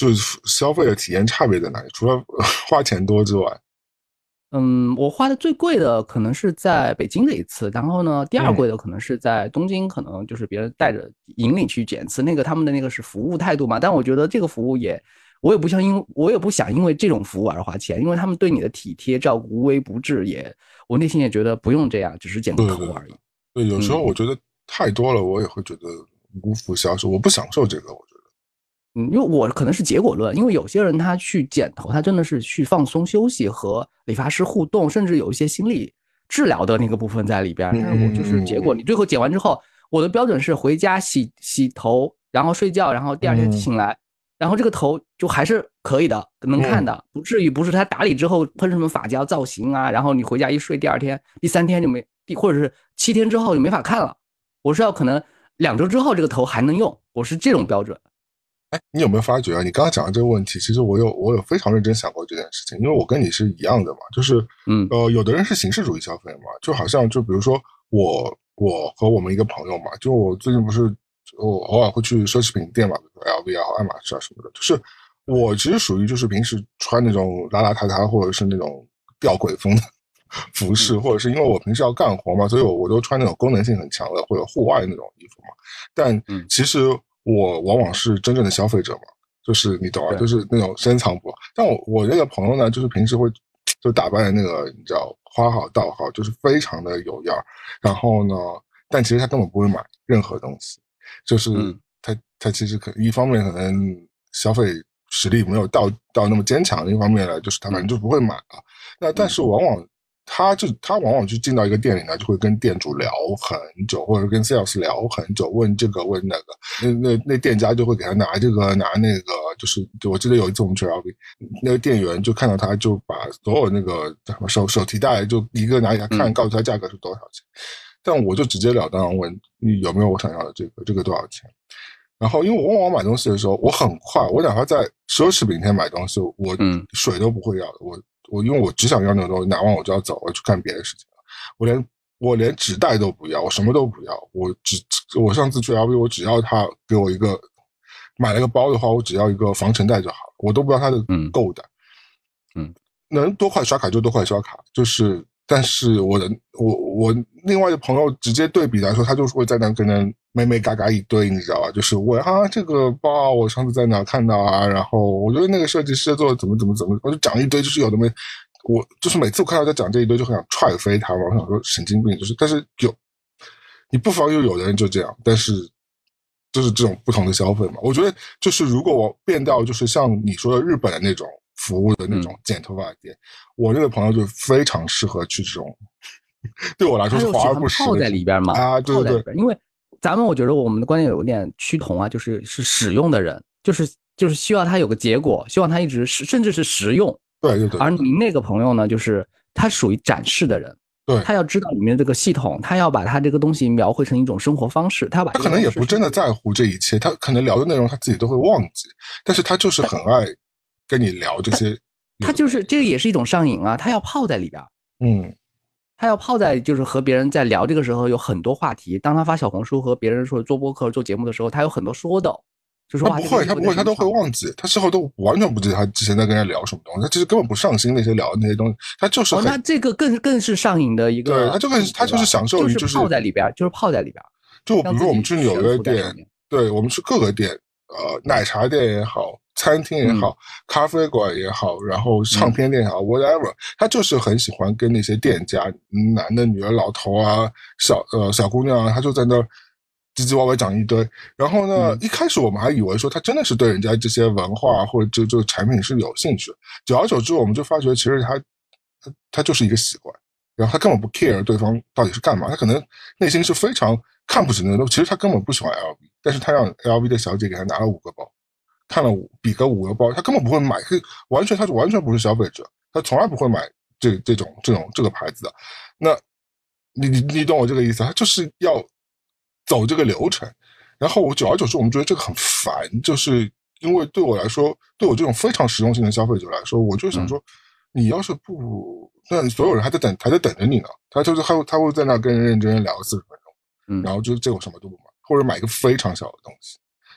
就是消费的体验差别在哪里？除了花钱多之外。 嗯，我花的最贵的可能是在北京的一次，然后呢，第二贵的可能是在东京，可能就是别人带着引领去检测，那个他们的那个是服务态度嘛。但我觉得这个服务也，我也不想因我也不想因为这种服务而花钱，因为他们对你的体贴照顾无微不至也，我内心也觉得不用这样，只是剪个头而已。 对，有时候我觉得太多了，我也会觉得无福消受，我不享受这个，我觉得。 嗯，因为我可能是结果论，因为有些人他去剪头，他真的是去放松休息和理发师互动，甚至有一些心理治疗的那个部分在里边。但是我就是结果，你最后剪完之后，我的标准是回家洗洗头，然后睡觉，然后第二天醒来，然后这个头就还是可以的，能看的，不至于不是他打理之后喷什么发胶造型啊，然后你回家一睡，第二天、第三天就没，或者是七天之后就没法看了。我是要可能两周之后这个头还能用，我是这种标准。 哎，你有没有发觉啊？你刚刚讲的这个问题，其实我有我有非常认真想过这件事情，因为我跟你是一样的嘛，就是嗯呃，有的人是形式主义消费嘛，就好像就比如说我我和我们一个朋友嘛，就我最近不是我偶尔会去奢侈品店嘛，比如说 L V 啊、爱马仕啊什么的，就是我其实属于就是平时穿那种邋邋遢遢或者是那种吊诡风的服饰，或者是因为我平时要干活嘛，所以我我都穿那种功能性很强的或者户外那种衣服嘛，但其实。我往往是真正的消费者嘛，就是你懂啊，就是那种深藏不露。但我我那个朋友呢，就是平时会就打扮的那个你知道花好道好，就是非常的有样儿。然后呢，但其实他根本不会买任何东西，就是他、嗯、他其实可一方面可能消费实力没有到到那么坚强，另一方面呢，就是他反正就不会买了。那但是往往。他就他往往去进到一个店里呢，就会跟店主聊很久，或者跟 sales 聊很久，问这个问那个，那那那店家就会给他拿这个拿那个，就是我记得有一次我们去 L V， 那个店员就看到他就把所有那个什么手手提袋就一个拿给他看，告诉他价格是多少钱，嗯、但我就直截了当的问你有没有我想要的这个这个多少钱。然后，因为我往往买东西的时候，我很快，我哪怕在奢侈品店买东西，我水都不会要的，我。我因为我只想要那种东西，拿完我就要走，我要去干别的事情了。我连我连纸袋都不要，我什么都不要。我只我上次去 L V， 我只要他给我一个买了个包的话，我只要一个防尘袋就好了，我都不要他的购物袋。 嗯，嗯能多快刷卡就多快刷卡，就是。但是我的我我另外的朋友直接对比来说，他就是会在那跟人美美嘎嘎一堆，你知道吧？就是我啊，这个包我上次在哪看到啊，然后我觉得那个设计师做的怎么怎么怎么，我就讲一堆，就是有的没，我就是每次我看到他讲这一堆，就很想踹飞他嘛。我想说神经病，就是但是有你不妨又有的人就这样，但是就是这种不同的消费嘛。我觉得就是如果我变到就是像你说的日本的那种。服务的那种剪头发店，嗯、我这个朋友就非常适合去这种，对我来说是华而不实的。 泡在里边嘛啊，对对对，因为咱们我觉得我们的观点有点趋同啊，就是是使用的人，就是就是希望他有个结果，希望他一直是甚至是实用。 对对对。 而您那个朋友呢，就是他属于展示的人， 对， 他要知道里面这个系统，他要把他这个东西描绘成一种生活方式，他要把他可能也不真的在乎这一切，他可能聊的内容他自己都会忘记，但是他就是很爱。跟你聊这些， 他就是这个也是一种上瘾啊！他要泡在里边， 嗯， 他要泡在就是和别人在聊这个时候有很多话题。当他发小红书和别人说做播客做节目的时候，他有很多说的，就是他不会，他不会，他都会忘记，他事后都完全不记得他之前在跟人聊什么东西，他其实根本不上心那些聊的那些东西，他就是很。 哦，那这个更更是上瘾的一个， 对，他就更他就是享受于就是泡在里边，就是泡在里边。 就比如说我们去纽约店，对我们去各个店，呃，奶茶店也好。餐厅也好，嗯、咖啡馆也好，然后唱片店也好、嗯、，whatever， 他就是很喜欢跟那些店家，男的、女的、老头啊、小呃小姑娘啊，他就在那唧唧歪歪讲一堆。然后呢，嗯、一开始我们还以为说他真的是对人家这些文化或者这这个产品是有兴趣，久而久之，我们就发觉其实他他他就是一个习惯，然后他根本不 care 对方到底是干嘛，他可能内心是非常看不起那个东西，其实他根本不喜欢 L V， 但是他让 L V 的小姐给他拿了五个包。看了比格五个包，他根本不会买，完全他是完全不是消费者，他从来不会买这这种这种这个牌子的。那你你你懂我这个意思？他就是要走这个流程，然后我久而久之，我们觉得这个很烦，就是因为对我来说，对我这种非常实用性的消费者来说，我就想说，嗯、你要是不，那所有人还在等，还在等着你呢。他就是他他会在那跟人认真聊四十分钟，嗯，然后就结果什么都不买，或者买一个非常小的东西。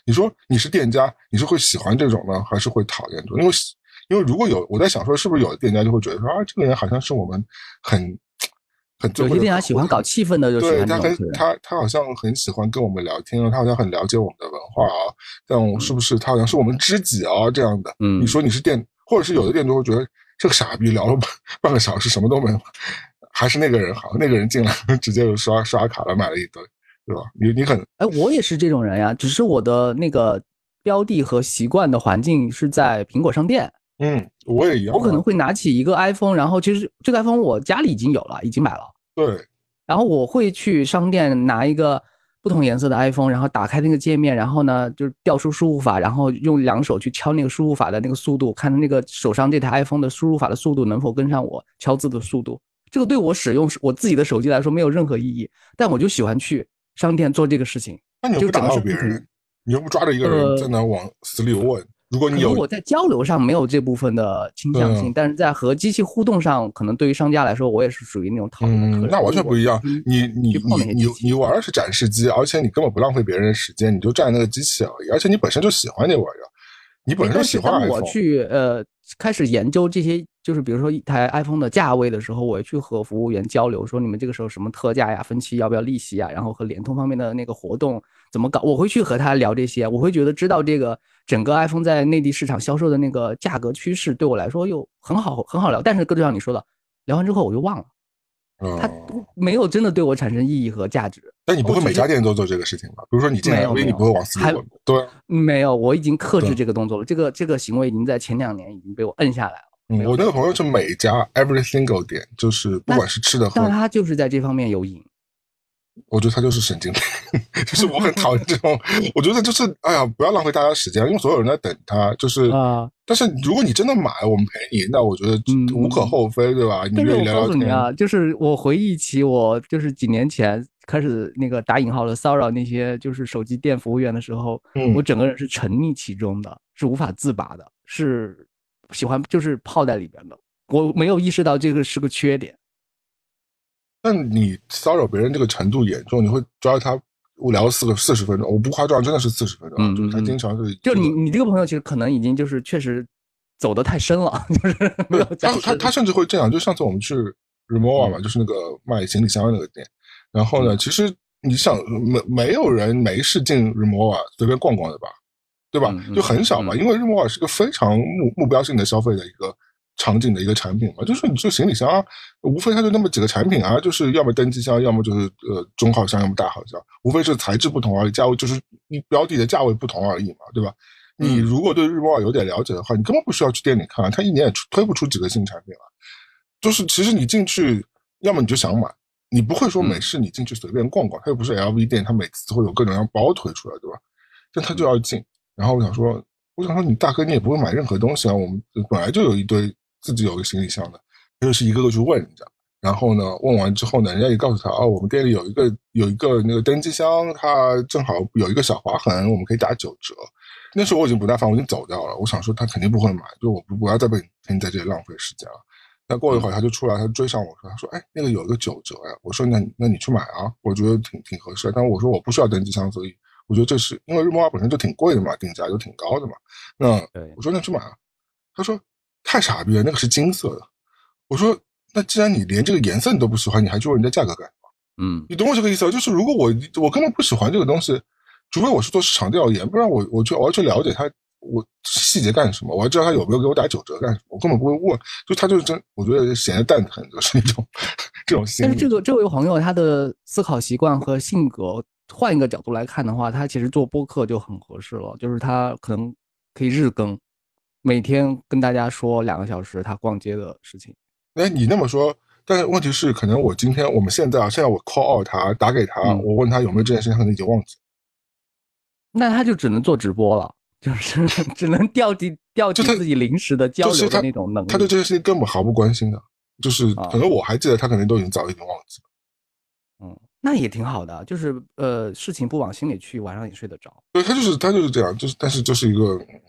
你说你是店家，你是会喜欢这种呢，还是会讨厌这种？因为因为如果有我在想说，是不是有的店家就会觉得说啊，这个人好像是我们很。 有些店家喜欢搞气氛的，就喜欢这种对他他他好像很喜欢跟我们聊天，他好像很了解我们的文化啊，这样是不是他好像是我们知己啊这样的？ 嗯， 你说你是店，或者是有的店就会觉得这个傻逼聊了半个小时什么都没有，还是那个人好，那个人进来直接就刷刷卡了买了一堆，对吧？你你很哎，我也是这种人呀，只是我的那个标的和习惯的环境是在苹果商店。 嗯，我也一样、啊。 我可能会拿起一个 iPhone， 然后其实这个 iPhone 我家里已经有了，已经买了。 对。 然后我会去商店拿一个不同颜色的 iPhone， 然后打开那个界面，然后呢就调出输入法，然后用两手去敲那个输入法的那个速度，看那个手上这台 iPhone 的输入法的速度能否跟上我敲字的速度。这个对我使用我自己的手机来说没有任何意义，但我就喜欢去商店做这个事情。 那你又不打扰别人，你又不抓着一个人在那往死里问。呃如果你有， 可能我在交流上没有这部分的倾向性，嗯、但是在和机器互动上，可能对于商家来说，我也是属于那种讨厌的客人。 嗯，那完全不一样。你你你你你玩的是展示机，而且你根本不浪费别人的时间，你就占那个机器而已。而且你本身就喜欢那玩意儿，你本身就喜欢 iPhone。 当我去呃开始研究这些，就是比如说一台 iPhone 的价位的时候，我去和服务员交流，说你们这个时候什么特价呀、分期要不要利息啊，然后和联通方面的那个活动怎么搞，我会去和他聊这些，我会觉得知道这个整个 iPhone 在内地市场销售的那个价格趋势，对我来说又很好很好聊。但是就像你说的，聊完之后我就忘了。它没有真的对我产生意义和价值。 但你不会每家店都做这个事情吧？比如说你进来 L V， 你不会往死里滚。对， 没有，我已经克制这个动作了。这个这个行为已经在前两年已经被我摁下来了。 嗯，我那个朋友是每家 every single 店，就是不管是吃的喝的， 但他就是在这方面有瘾。 我觉得他就是神经病，就是我很讨厌这种。我觉得就是哎呀，不要浪费大家时间，因为所有人在等他。就是啊，但是如果你真的买，我们陪你，那我觉得无可厚非，嗯、对吧？你愿意聊聊天。 但是我告诉你啊，就是我回忆起我就是几年前开始那个打引号的骚扰那些就是手机店服务员的时候，嗯、我整个人是沉溺其中的，是无法自拔的，是喜欢就是泡在里边的。我没有意识到这个是个缺点。 但你骚扰别人这个程度严重，你会抓他聊四个四十分钟，我不夸张，真的是四十分钟。嗯，就是他经常是， 就你你这个朋友其实可能已经就是确实走得太深了，就是没有他他他甚至会这样，就上次我们去 Rimowa 嘛，嗯、就是那个卖行李箱的那个店，然后呢，嗯、其实你想没没有人没事进 Rimowa 随便逛逛的吧，对吧？嗯、就很少吧，嗯、因为 Rimowa 是个非常目目标性的消费的一个场景的一个产品嘛，就是你这行李箱、啊，无非它就那么几个产品啊，就是要么登机箱，要么就是呃中号箱，要么大号箱，无非是材质不同而已，价位就是你标的的价位不同而已嘛，对吧？你如果对日莫尔有点了解的话，你根本不需要去店里看，它一年也推不出几个新产品了。就是其实你进去，要么你就想买，你不会说每次你进去随便逛逛，它又不是 L V 店，它每次会有各种各样包推出来，对吧？但它就要进，然后我想说，我想说你大哥你也不会买任何东西啊，我们本来就有一堆。自己有个行李箱的，就是一个个去问人家，然后呢，问完之后呢，人家也告诉他哦，我们店里有一个有一个那个登机箱，它正好有一个小划痕，我们可以打九折。那时候我已经不耐烦，我已经走掉了。我想说他肯定不会买，就我不不要再被你在这里浪费时间了。那过了一会儿他就出来，他追上我说，他说，哎，那个有一个九折呀。我说那那你去买啊，我觉得挺挺合适。但是我说我不需要登机箱，所以我觉得这是因为日莫瓦本身就挺贵的嘛，定价就挺高的嘛。那我说那去买啊，他说。太傻逼了，那个是金色的。我说，那既然你连这个颜色你都不喜欢，你还去问人家价格干什么？嗯，你懂我这个意思？就是如果我我根本不喜欢这个东西，除非我是做市场调研，不然我我去我要去了解它，我细节干什么？我要知道他有没有给我打九折干什么？我根本不会问。就他就是真，我觉得显得蛋疼，就是那种这种心理。 但是这个这位朋友他的思考习惯和性格，换一个角度来看的话，他其实做播客就很合适了，就是他可能可以日更。每天跟大家说两个小时他逛街的事情。 哎，你那么说，但是问题是，可能我今天我们现在啊，现在我 call out 他，打给他，嗯、我问他有没有这件事情，他可能已经忘记了。 那他就只能做直播了，就是只能调集调集自己临时的交流的那种能力。 他, 他对这件事情根本毫不关心的，就是可能我还记得，他可能都已经早已经忘记了。嗯，那也挺好的，就是呃，事情不往心里去，晚上也睡得着。 对，他就是他就是这样，就是但是就是一个。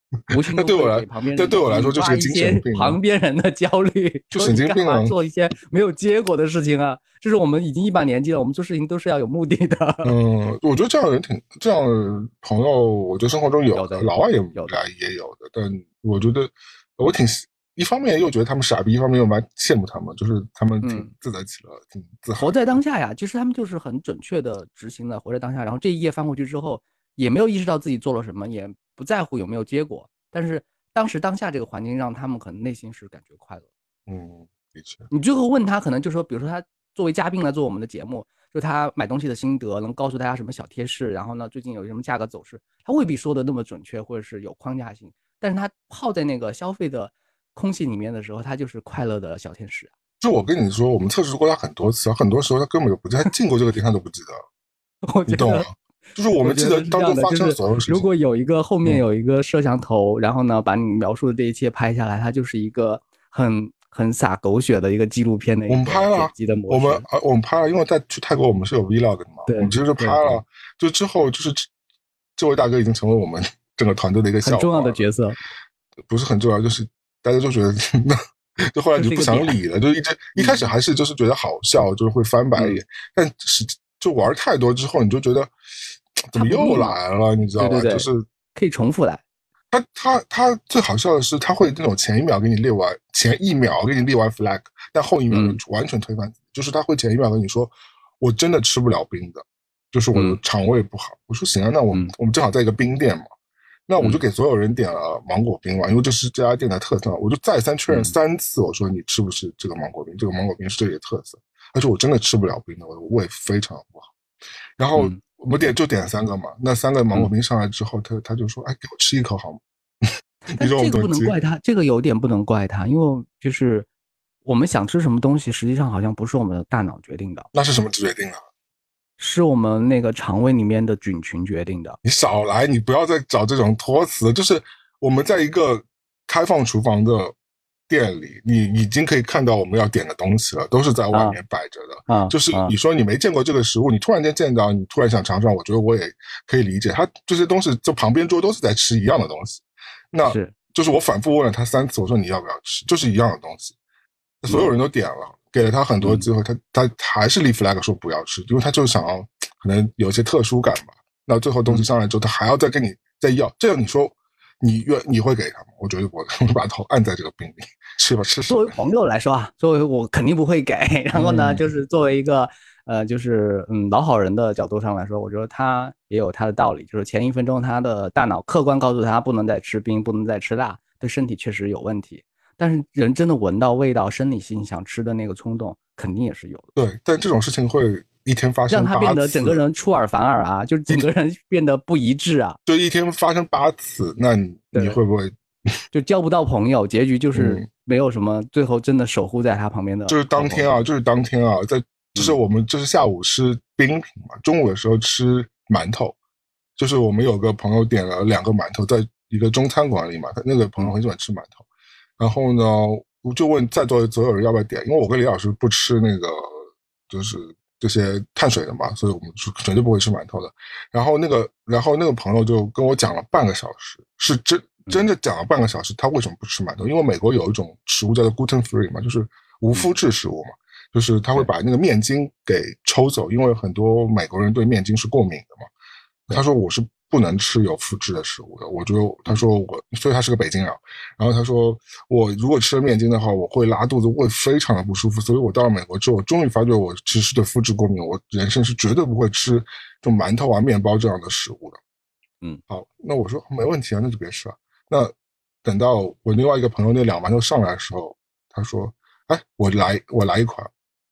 无形中那对我来给旁边人这对我来说就是个精神病、啊、 旁边人的焦虑， 就神经病啊， 做一些没有结果的事情啊，就是我们已经一把年纪了，我们做事情都是要有目的的。 嗯，我觉得这样的人挺这样的朋友，我觉得生活中有有的老外也有的也有的，但我觉得我挺一方面又觉得他们傻逼，一方面又蛮羡慕他们，就是他们挺自得其乐、嗯、挺自豪。 活在当下呀，其实他们就是很准确的执行了活在当下，然后这一页翻过去之后，也没有意识到自己做了什么，也不在乎有没有结果，但是当时当下这个环境让他们可能内心是感觉快乐。 嗯，的确。 你最后问他，可能就说，比如说他作为嘉宾来做我们的节目，就他买东西的心得，能告诉大家什么小贴士，然后呢，最近有什么价格走势，他未必说的那么准确，或者是有框架性，但是他泡在那个消费的空气里面的时候，他就是快乐的小天使。 就我跟你说，我们测试过他很多次，很多时候他根本就不记得，他进过这个店他都不记得。你懂吗？就是我们记得当中发生所有事情。 如果有一个后面有一个摄像头，嗯、然后呢，把你描述的这一切拍下来，它就是一个很很洒狗血的一个纪录片的一个剪辑的模式。 我们拍了，我们呃我们拍了，因为在去泰国我们是有 vlog 的嘛， 对， 我们其实就拍了。就之后就是这位大哥已经成为我们整个团队的一个笑话， 很重要的角色， 不是很重要，就是大家就觉得那。就后来你就不想理了，就一直一开始还是就是觉得好笑，就是会翻白眼，嗯、但是就玩太多之后，你就觉得怎么又来了，你知道吧？ 对对对， 就是可以重复来。 他他他最好笑的是，他会那种前一秒给你列完，前一秒给你立完 flag， 但后一秒完全推翻、嗯，就是他会前一秒跟你说，我真的吃不了冰的，就是我的肠胃不好。嗯、我说行啊，那我们、嗯、我们正好在一个冰店嘛。那我就给所有人点了芒果冰嘛，因为这是这家店的特色，我就再三确认三次，我说你吃不吃这个芒果冰？这个芒果冰是这里的特色。他说我真的吃不了冰的，我的胃非常不好。然后我们点就点三个嘛，那三个芒果冰上来之后，他他就说，哎，给我吃一口好吗？ 但这个不能怪他，这个有点不能怪他，因为就是我们想吃什么东西，实际上好像不是我们的大脑决定的。 那是什么决定的？ 是我们那个肠胃里面的菌群决定的。 你少来，你不要再找这种托词。就是我们在一个开放厨房的店里，你已经可以看到我们要点的东西了，都是在外面摆着的。 啊， 就是你说你没见过这个食物，你突然间见到，你突然想尝尝，我觉得我也可以理解。他这些东西，就旁边桌都是在吃一样的东西。那是就是我反复问了他三次，我说你要不要吃，就是一样的东西。所有人都点了。嗯，给了他很多机会，他他还是立 flag 说不要吃，因为他就想要可能有一些特殊感吧。那最后东西上来之后，他还要再跟你再要，这样你说你愿你会给他吗？我觉得我我把头按在这个冰里，吃吧吃。 作为朋友来说啊，作为我肯定不会给。然后呢，嗯、就是作为一个呃，就是嗯老好人的角度上来说，我觉得他也有他的道理。就是前一分钟他的大脑客观告诉他不能再吃冰，不能再吃辣，对身体确实有问题。但是人真的闻到味道，生理性想吃的那个冲动，肯定也是有的。 对，但这种事情会一天发生八次， 让他变得整个人出尔反尔啊，就是整个人变得不一致啊。 就一天发生八次，那你你会不会就交不到朋友？结局就是没有什么，最后真的守护在他旁边的。 就是当天啊，就是当天啊，在就是我们就是下午吃冰品嘛，中午的时候吃馒头，就是我们有个朋友点了两个馒头，在一个中餐馆里嘛，他那个朋友很喜欢吃馒头。然后呢，我就问在座的所有人要不要点，因为我跟李老师不吃那个就是这些碳水的嘛，所以我们是绝对不会吃馒头的。然后那个，然后那个朋友就跟我讲了半个小时，是真真的讲了半个小时，他为什么不吃馒头？因为美国有一种食物叫做 gluten free 嘛，就是无麸质食物嘛，就是他会把那个面筋给抽走，因为很多美国人对面筋是过敏的嘛。他说我是不能吃有麸质的食物的，我就他说我，所以他是个北京人，然后他说我如果吃了面筋的话，我会拉肚子，胃非常的不舒服，所以我到了美国之后，我终于发觉我其实是对麸质过敏，我人生是绝对不会吃这种馒头啊、面包这样的食物的。 嗯， 好，那我说没问题啊，那就别吃了。那等到我另外一个朋友那两馒头上来的时候，他说：“哎，我来，我来一款。”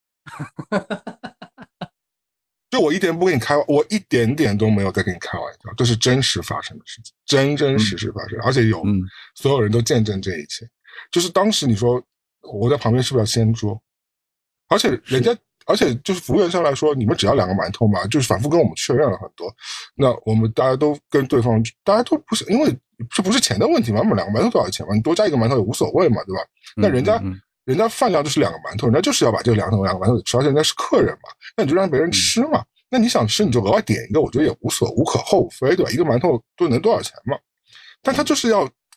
就我一点不跟你开玩，我一点点都没有在跟你开玩笑，这是真实发生的事情，真真实实发生，嗯、而且有、嗯、所有人都见证这一切。就是当时你说我在旁边是不是要掀桌？而且人家，而且就是服务员上来说，你们只要两个馒头嘛，就是反复跟我们确认了很多。那我们大家都跟对方，大家都不是因为这不是钱的问题嘛，我们两个馒头多少钱嘛？你多加一个馒头也无所谓嘛，对吧？那人家。嗯嗯人家饭量就是两个馒头，人家就是要把这个两个两个馒头吃，而且人家是客人嘛，那你就让别人吃嘛。嗯、那你想吃你就额外点一个，我觉得也无所无可厚非，对吧？一个馒头都能多少钱嘛？但他就是要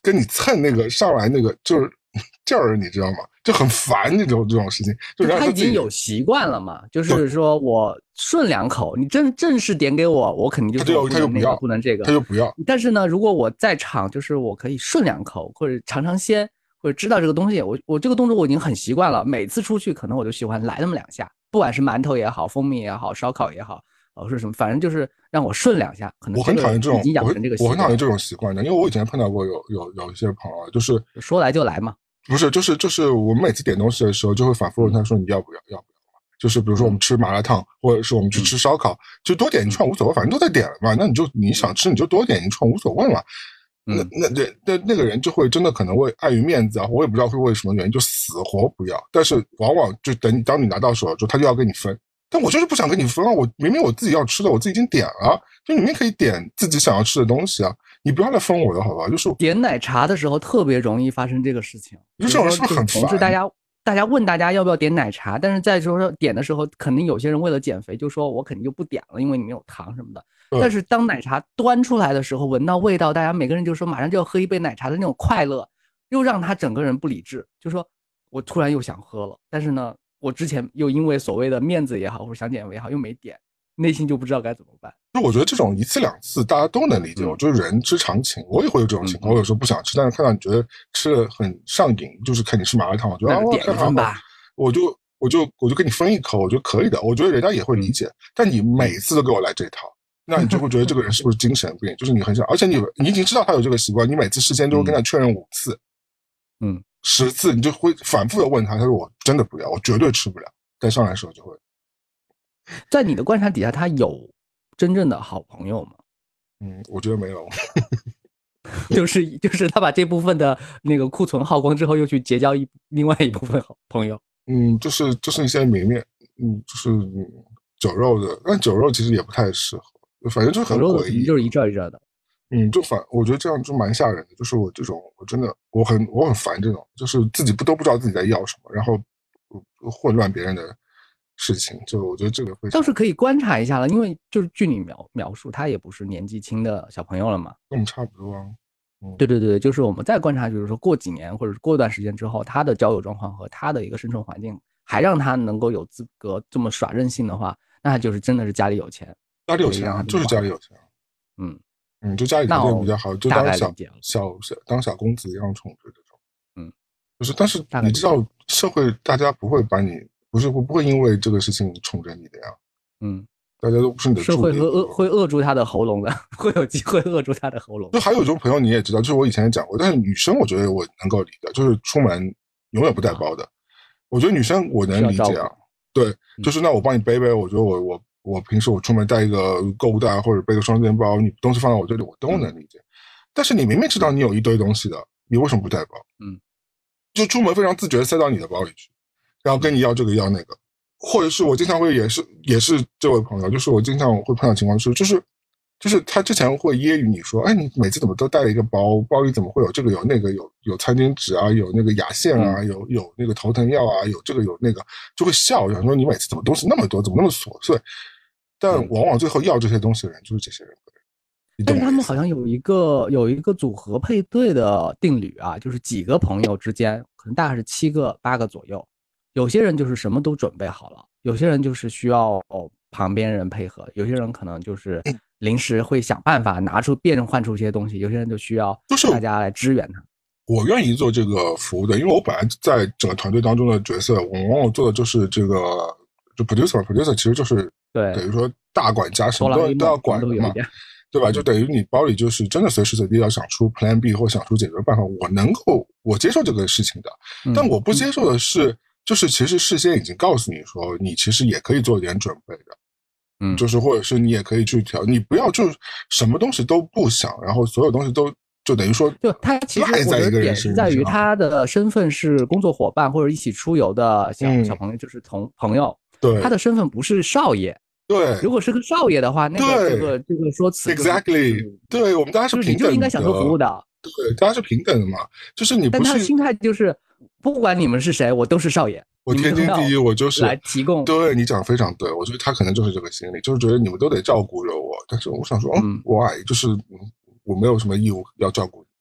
跟你蹭那个上来那个就是劲儿，你知道吗？就很烦这种这种事情。就他已经有习惯了嘛，就是说我顺两口，你正正式点给我，我肯定就说他就不要， 不能这个， 他就不要。 但是呢，如果我在场，就是我可以顺两口或者尝尝鲜，或者知道这个东西，我我这个动作我已经很习惯了，每次出去可能我就喜欢来那么两下，不管是馒头也好，蜂蜜也好，烧烤也好。哦，是什么？反正就是让我顺两下，可能我很讨厌这种， 已经养成这个习惯。 我很讨厌这种习惯的，因为我以前碰到过有有有一些朋友，就是说来就来嘛， 不是，就是就是我们每次点东西的时候，就会反复问他说你要不要，要不要？就是比如说我们吃麻辣烫，或者是我们去吃烧烤，嗯、就多点一串无所谓，反正都在点了嘛，那你就你想吃你就多点一串无所谓嘛。那那那那那个人就会真的可能会碍于面子啊，我也不知道会为什么原因就死活不要，但是往往就等你当你拿到手了之后，他就要跟你分。但我就是不想跟你分啊！我明明我自己要吃的，我自己已经点了，就你们可以点自己想要吃的东西啊！你不要来分我的好吧？就是点奶茶的时候特别容易发生这个事情， 就这种人是不是很烦？ 是大家大家问大家要不要点奶茶，但是在说点的时候，肯定有些人为了减肥就说我肯定就不点了，因为你没有糖什么的。但是当奶茶端出来的时候，闻到味道，大家每个人就说马上就要喝一杯奶茶的那种快乐，又让他整个人不理智，就说我突然又想喝了，但是呢。我之前又因为所谓的面子也好，或者想减肥也好，又没点，内心就不知道该怎么办。 就我觉得这种一次两次大家都能理解，嗯、我觉得人之常情，我也会有这种情况。嗯、我有时候不想吃，但是看到你觉得吃的很上瘾，就是看你吃麻辣烫，我觉得啊， 点一份吧， 我就我就我就跟你分一口，我觉得可以的，我觉得人家也会理解。嗯、但你每次都给我来这套，那你就会觉得这个人是不是精神病？就是你很想，而且你你已经知道他有这个习惯，你每次事先都会跟他确认五次， 嗯， 十次，你就会反复的问他，他说我真的不要，我绝对吃不了。但上来的时候就会， 在你的观察底下，他有真正的好朋友吗？ 嗯，我觉得没有， 就是就是他把这部分的那个库存耗光之后，又去结交一另外一部分好朋友。 嗯，就是就是一些明面，嗯，就是酒肉的，但酒肉其实也不太适合，反正就很诡异， 就是一阵一阵的。 嗯，就反，我觉得这样就蛮吓人的。就是我这种，我真的我很我很烦这种，就是自己不都不知道自己在要什么，然后。混乱别人的事情，就我觉得这个会倒是可以观察一下了，因为就是据你描描述，他也不是年纪轻的小朋友了嘛， 跟我们差不多啊。 嗯、对对对，就是我们再观察，就是说过几年或者过一段时间之后，他的交友状况和他的一个生存环境，还让他能够有资格这么耍任性的话，那就是真的是家里有钱， 家里有钱啊，就是家里有钱。 嗯嗯，就家里条件比较好，就当小小小当小公子一样宠着这种。 嗯， 就是，但是你知道。社会大家不会把你不是不会因为这个事情宠着你的呀， 嗯， 大家都不是你的社会会扼会扼住他的喉咙的，会有机会扼住他的喉咙。 就还有一种朋友你也知道，就是我以前也讲过，但是女生我觉得我能够理解，就是出门永远不带包的，啊、我觉得女生我能理解啊，对，就是那我帮你背背，我觉得我我我平时我出门带一个购物袋或者背个双肩包，你东西放到我这里我都能理解，嗯、但是你明明知道你有一堆东西的，你为什么不带包？ 嗯。 就出门非常自觉的塞到你的包里去，然后跟你要这个要那个，或者是我经常会也是也是这位朋友，就是我经常会碰到情况是，就是就是他之前会揶揄你说，哎，你每次怎么都带了一个包，包里怎么会有这个有那个，有有餐巾纸啊，有那个牙线啊，有有那个头疼药啊，有这个有那个，就会笑，想说你每次怎么东西那么多，怎么那么琐碎？但往往最后要这些东西的人就是这些人。 但是他们好像有一个有一个组合配对的定律啊，就是几个朋友之间，可能大概是七个八个左右。有些人就是什么都准备好了，有些人就是需要、哦、旁边人配合，有些人可能就是临时会想办法拿出变换出一些东西，有些人就需要大家来支援他。 我愿意做这个服务的，因为我本来在整个团队当中的角色，我往往做的就是这个，就 producer，producer 其实就是对， 等于说大管家，什么都都要管的嘛。对吧？就等于你包里就是真的随时随地要想出 Plan B 或想出解决办法，我能够我接受这个事情的，但我不接受的是，就是其实事先已经告诉你说，你其实也可以做一点准备的， 嗯， 就是或者是你也可以去调，你不要就什么东西都不想，然后所有东西都就等于说， 就他其实我的点是在于他的身份是工作伙伴或者一起出游的小、嗯、小朋友，就是同朋友， 对， 他的身份不是少爷。 对， 如果是个少爷的话，那个这个这个说辞、就是、 ，exactly， 对我们大家是平等的， 你就应该享受服务的， 对，大家是平等的嘛，就是你不是， 但他的心态就是，不管你们是谁，我都是少爷， 我天经地义，我就是来提供。 对你讲非常对，我觉得他可能就是这个心理，就是觉得你们都得照顾着我，但是我想说，嗯，我矮就是我没有什么义务要照顾你，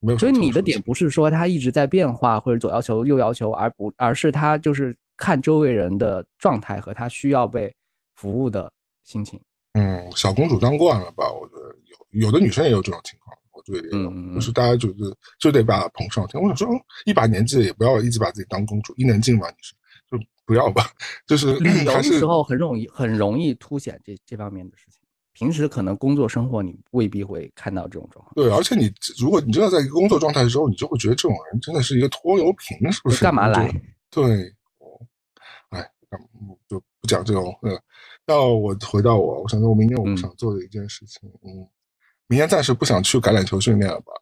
没有什所以么特殊情况。 你的点不是说他一直在变化或者左要求右要求，而不而是他就是看周围人的状态和他需要被服务的心情。 嗯，小公主当惯了吧？我觉得有有的女生也有这种情况，我觉得也有， 嗯嗯就是大家就是就得把她捧上天。我想说，嗯一把年纪了也不要一直把自己当公主，伊能静嘛，你是就不要吧，就是旅游还是的时候很容易很容易凸显这这方面的事情，平时可能工作生活你未必会看到这种状况。 对，而且你如果你真的在一个工作状态的时候，你就会觉得这种人真的是一个拖油瓶，是不是？ 干嘛来？ 对，哎，就不讲这种。呃，那我回到我，我想说，我明年我不想做的一件事情，嗯，嗯明年暂时不想去橄榄球训练了吧。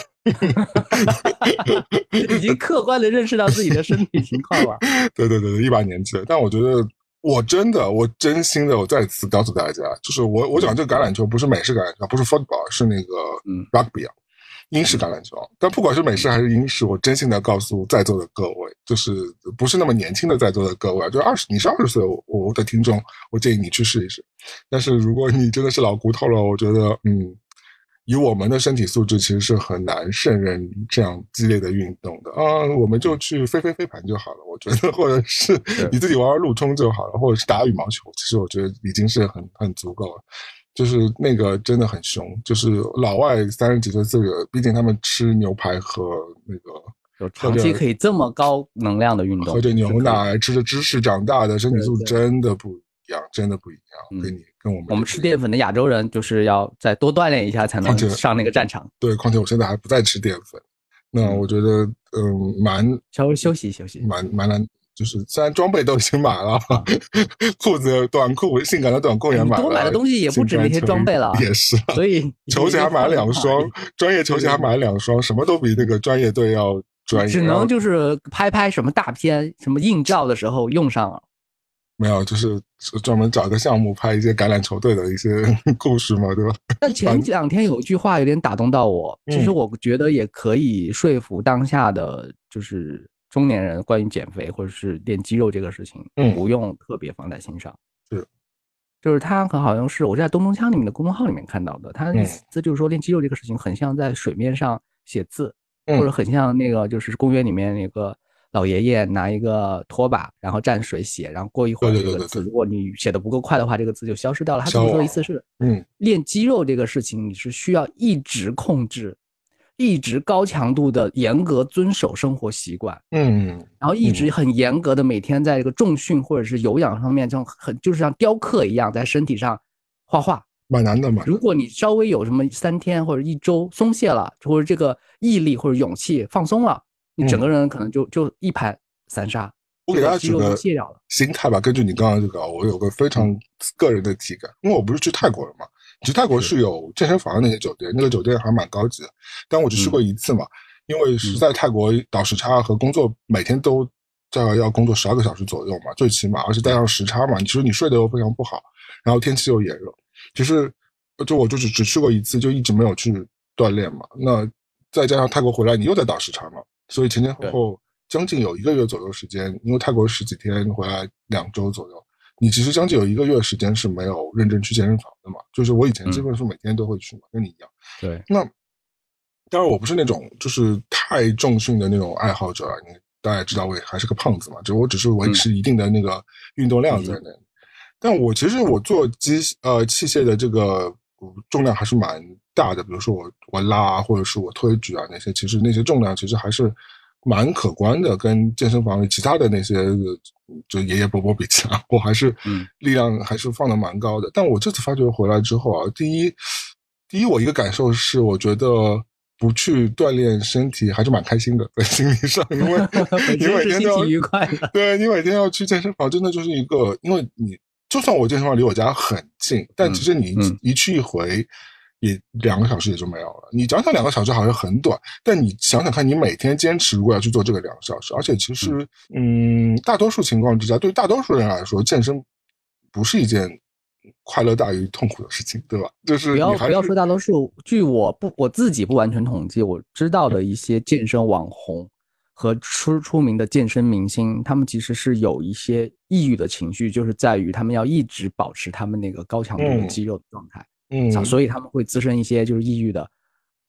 已经客观的认识到自己的身体情况了。 对对对，一把年纪了，但我觉得我真的，我真心的，我再次告诉大家，就是我我讲这个橄榄球不是美式橄榄球，不是 football， 是那个 rugby 啊，英式橄榄球。但不管是美式还是英式，我真心的告诉在座的各位，就是不是那么年轻的在座的各位，就二十，你是二十岁，我我的听众，我建议你去试一试。但是如果你真的是老骨头了，我觉得，嗯。以我们的身体素质，其实是很难胜任这样激烈的运动的啊！我们就去飞飞飞盘就好了，我觉得，或者是你自己玩玩路冲就好了，或者是打羽毛球，其实我觉得已经是很很足够了。就是那个真的很凶，就是老外三十几岁、四十，毕竟他们吃牛排和那个有长期可以这么高能量的运动， 喝着牛奶、吃着芝士长大的，身体素质真的不一样，真的不一样，跟你。跟我们我们吃淀粉的亚洲人，就是要再多锻炼一下才能上那个战场。 对，况且我现在还不再吃淀粉，那我觉得，嗯，蛮稍微休息休息， 蛮蛮难。就是虽然装备都已经买了，裤子、短裤、性感的短裤也买了， 多买的东西也不止那些装备了， 也是。 所以球鞋还买了两双，专业球鞋还买了两双，什么都比那个专业队要专业。 只能就是拍拍什么大片、什么硬照的时候用上了。 没有，就是专门找个项目拍一些橄榄球队的一些故事嘛，对吧？ 但前两天有一句话有点打动到我， 嗯、 其实我觉得也可以说服当下的就是中年人关于减肥或者是练肌肉这个事情， 嗯， 不用特别放在心上。 是， 就是他很好像是我是在东东锵里面的公众号里面看到的，他的意思就是说练肌肉这个事情很像在水面上写字， 嗯、 或者很像那个就是公园里面那个。老爷爷拿一个拖把，然后蘸水写，然后过一会儿这个字，如果你写的不够快的话，这个字就消失掉了。他这么说的意思是， 嗯， 练肌肉这个事情，你是需要一直控制，一直高强度的严格遵守生活习惯， 嗯， 然后一直很严格的每天在这个重训或者是有氧方面，这种很就是像雕刻一样在身体上画画， 蛮难的嘛。 如果你稍微有什么三天或者一周松懈了，或者这个毅力或者勇气放松了。你整个人可能就、嗯、就一盘散沙， 我给大家举个心态吧。根据你刚刚这个，我有个非常个人的体感，因为我不是去泰国了嘛。去泰国是有健身房的那些酒店，那个酒店还蛮高级的，但我只去过一次嘛。嗯、因为实在泰国倒时差和工作每天都要要工作十二个小时左右嘛，最起码，而且带上时差嘛，其实你睡得又非常不好，然后天气又炎热。其实就我就是只去过一次，就一直没有去锻炼嘛。那再加上泰国回来，你又在倒时差嘛。所以前前后后将近有一个月左右时间，因为泰国十几天回来两周左右，你其实将近有一个月时间是没有认真去健身房的嘛。就是我以前基本上每天都会去嘛，嗯、跟你一样。 对。 那当然我不是那种就是太重训的那种爱好者，你大家也知道我也还是个胖子嘛，就我只是维持一定的那个运动量在那里。嗯、但我其实我做机呃器械的这个重量还是蛮大的，比如说我我拉或者是我推举啊那些，其实那些重量其实还是蛮可观的，跟健身房里其他的那些就爷爷伯伯比起来，我还是力量还是放的蛮高的。嗯、但我这次发觉回来之后啊，第一第一我一个感受是，我觉得不去锻炼身体还是蛮开心的，在心理上，因为你每天都要愉快的， 对你每天要去健身房，真的就是一个，因为你就算我健身房离我家很近，但其实你一去一回。也两个小时也就没有了。你讲讲两个小时好像很短，但你想想看，你每天坚持如果要去做这个两个小时，而且其实，嗯，大多数情况之下，对于大多数人来说，健身不是一件快乐大于痛苦的事情，对吧？就是不要不要说大多数，据我不我自己不完全统计，我知道的一些健身网红和出出名的健身明星，他们其实是有一些抑郁的情绪，就是在于他们要一直保持他们那个高强度的肌肉的状态。 嗯， 所以他们会滋生一些就是抑郁的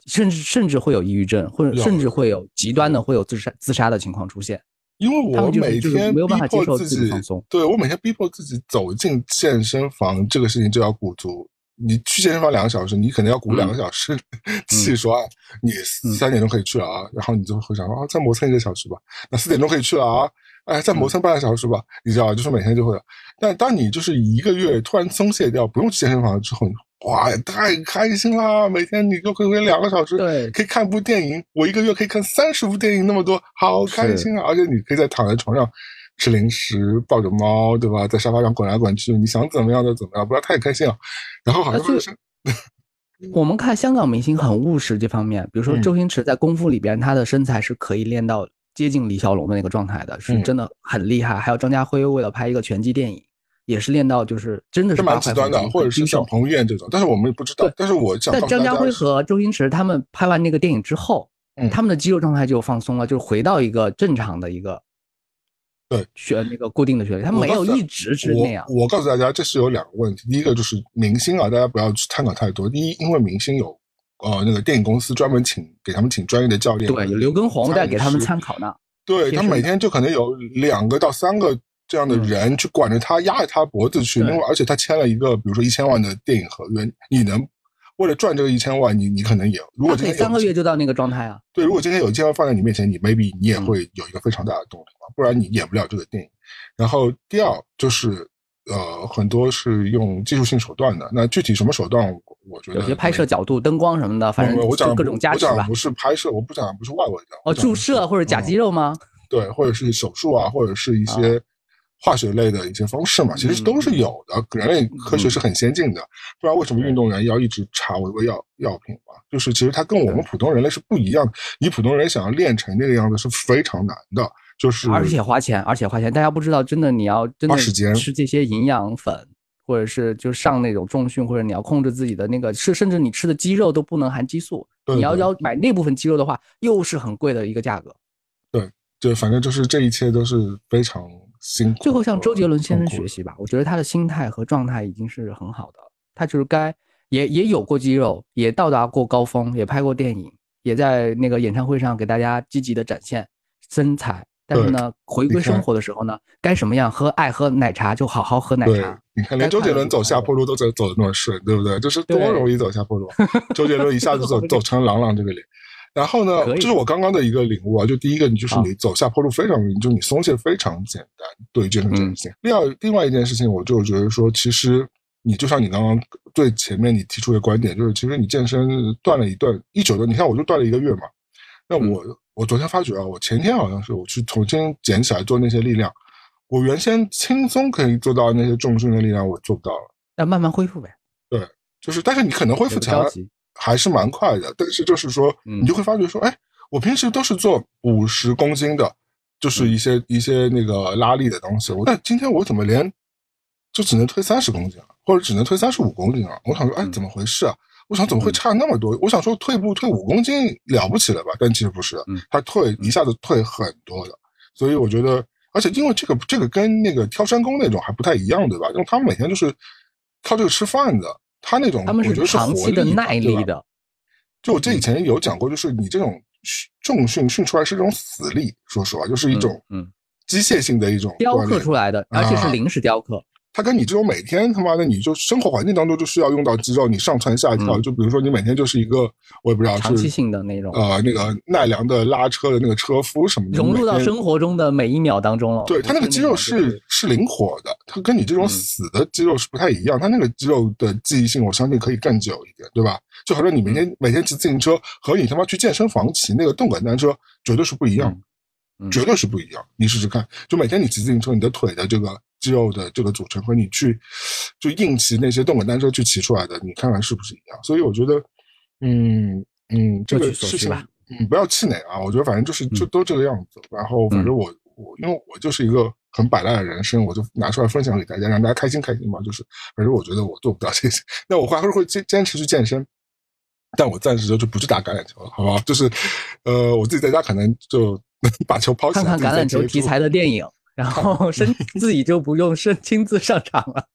甚至甚至会有抑郁症，或者甚至会有极端的会有自杀自杀的情况出现。 因为我每天没有办法接受自己放松， 对我每天逼迫自己走进健身房，这个事情就要鼓足。你去健身房两个小时，你可能要鼓两个小时气、嗯、说啊，你三点钟可以去了啊，嗯、然后你就会想啊，再磨蹭一个小时吧。那四点钟可以去了啊，哎，再磨蹭半个小时吧。嗯、你知道，就是每天就会。但当你就是一个月突然松懈掉，不用去健身房之后，哇，太开心啦！每天你就可以两个小时， 对， 可以看部电影。我一个月可以看三十部电影，那么多，好开心啊！而且你可以在躺在床上吃零食，抱着猫，对吧？在沙发上滚来滚去，你想怎么样就怎么样，不要太开心了。然后好像是我们看香港明星很务实这方面，比如说周星驰在功夫里边，嗯、他的身材是可以练到接近李小龙的那个状态的，是真的很厉害。嗯、还有张家辉为了拍一个拳击电影，也是练到就是真的是蛮极端的，或者是像彭于晏这种，但是我们也不知道。但是我想， 但张家辉和周星驰他们拍完那个电影之后，嗯、他们的肌肉状态就放松了，就回到一个正常的一个。 对， 旋那个固定的旋律，他没有一直是那样。 我, 我告诉大家，这是有两个问题。第一个就是明星啊，大家不要去参考太多。第一，因为明星有呃那个电影公司专门请给他们请专业的教练， 对，有刘畊宏在给他们参考呢。 对，他每天就可能有两个到三个这样的人去管着他，压着他脖子去，因为而且他签了一个比如说一千万的电影合约，你能。为了赚这个一千万，你你可能也，如果今天三个月就到那个状态啊。 对，如果今天有一千万放在你面前，你 maybe 你也会有一个非常大的动力嘛，不然你演不了这个电影。然后第二就是，呃，很多是用技术性手段的，那具体什么手段，我觉得有些拍摄角度、灯光什么的，反正我讲各种加持吧。 我讲不是拍摄，我不讲不是外围的。 哦，注射或者假肌肉吗？ 嗯、对，或者是手术啊，或者是一些。化学类的一些方式嘛，其实都是有的。嗯、人类科学是很先进的，嗯、不然为什么运动员要一直查违规药药品嘛？就是其实它跟我们普通人类是不一样的。你普通人想要练成那个样子是非常难的，就是而且花钱，而且花钱。大家不知道，真的你要真的吃这些营养粉，或者是就上那种重训，或者你要控制自己的那个，是甚至你吃的鸡肉都不能含激素。 对对， 你要要买那部分鸡肉的话，又是很贵的一个价格。 对，就反正就是这一切都是非常。 最后向周杰伦先生学习吧，我觉得他的心态和状态已经是很好的，他就是该也也有过肌肉，也到达过高峰，也拍过电影，也在那个演唱会上给大家积极的展现身材。但是呢，回归生活的时候呢，该什么样喝爱喝奶茶就好好喝奶茶。 你看，连周杰伦走下坡路都走走的那么顺，对不对？就是多容易走下坡路。周杰伦一下子走走成郎朗这个脸。然后呢，这是我刚刚的一个领悟啊。就第一个，你就是你走下坡路非常容易，就你松懈非常简单，对于健身这件事情。另外，另外一件事情，我就觉得说，其实你就像你刚刚最前面你提出的观点，就是其实你健身断了一段一久的，你看我就断了一个月嘛。那我、嗯、我昨天发觉啊，我前天好像是我去重新捡起来做那些力量，我原先轻松可以做到那些重训的力量，我做不到了。 要慢慢恢复呗。 对，就是但是你可能恢复起来还是蛮快的，但是就是说，你就会发觉说，哎，我平时都是做五十公斤的，就是一些、嗯、一些那个拉力的东西，我但今天我怎么连就只能推三十公斤了，或者只能推三十五公斤了？我想说，哎，怎么回事啊？我想怎么会差那么多？我想说退步退五公斤了不起了吧？但其实不是的，他退一下子退很多的，所以我觉得，而且因为这个这个跟那个挑山工那种还不太一样，对吧？因为他们每天就是靠这个吃饭的。他那种， 他们是长期的耐力的。 就我这以前有讲过，就是你这种重训训出来是这种死力，说实话，就是一种嗯机械性的一种雕刻出来的，而且是临时雕刻。 它跟你这种每天他妈的你就生活环境当中就需要用到肌肉，你上蹿下跳，嗯、就比如说你每天就是一个我也不知道是长期性的那种呃那个奈良的拉车的那个车夫什么的， 融入到生活中的每一秒当中了。 对，它那个肌肉是、就是、是灵活的，它跟你这种死的肌肉是不太一样，它那个肌肉的记忆性我相信可以更久一点，对吧？就好像你每天、嗯、每天骑自行车和你他妈去健身房骑那个动感单车绝对是不一样。嗯嗯、绝对是不一样，你试试看，就每天你骑自行车，你的腿的这个肌肉的这个组成和你去就硬骑那些动感单车去骑出来的，你看看是不是一样？所以我觉得，嗯嗯，这个事情，嗯，不要气馁啊！我觉得反正就是就都这个样子。然后反正我、嗯、我因为我就是一个很摆烂的人生，我就拿出来分享给大家，让大家开心开心嘛。就是反正我觉得我做不到这些，那我还是会坚坚持去健身。但我暂时就就不去打橄榄球了，好不好？就是，呃，我自己在家可能就把球抛起来， 看看橄榄球题材的电影，然后身自己就不用身亲自上场了。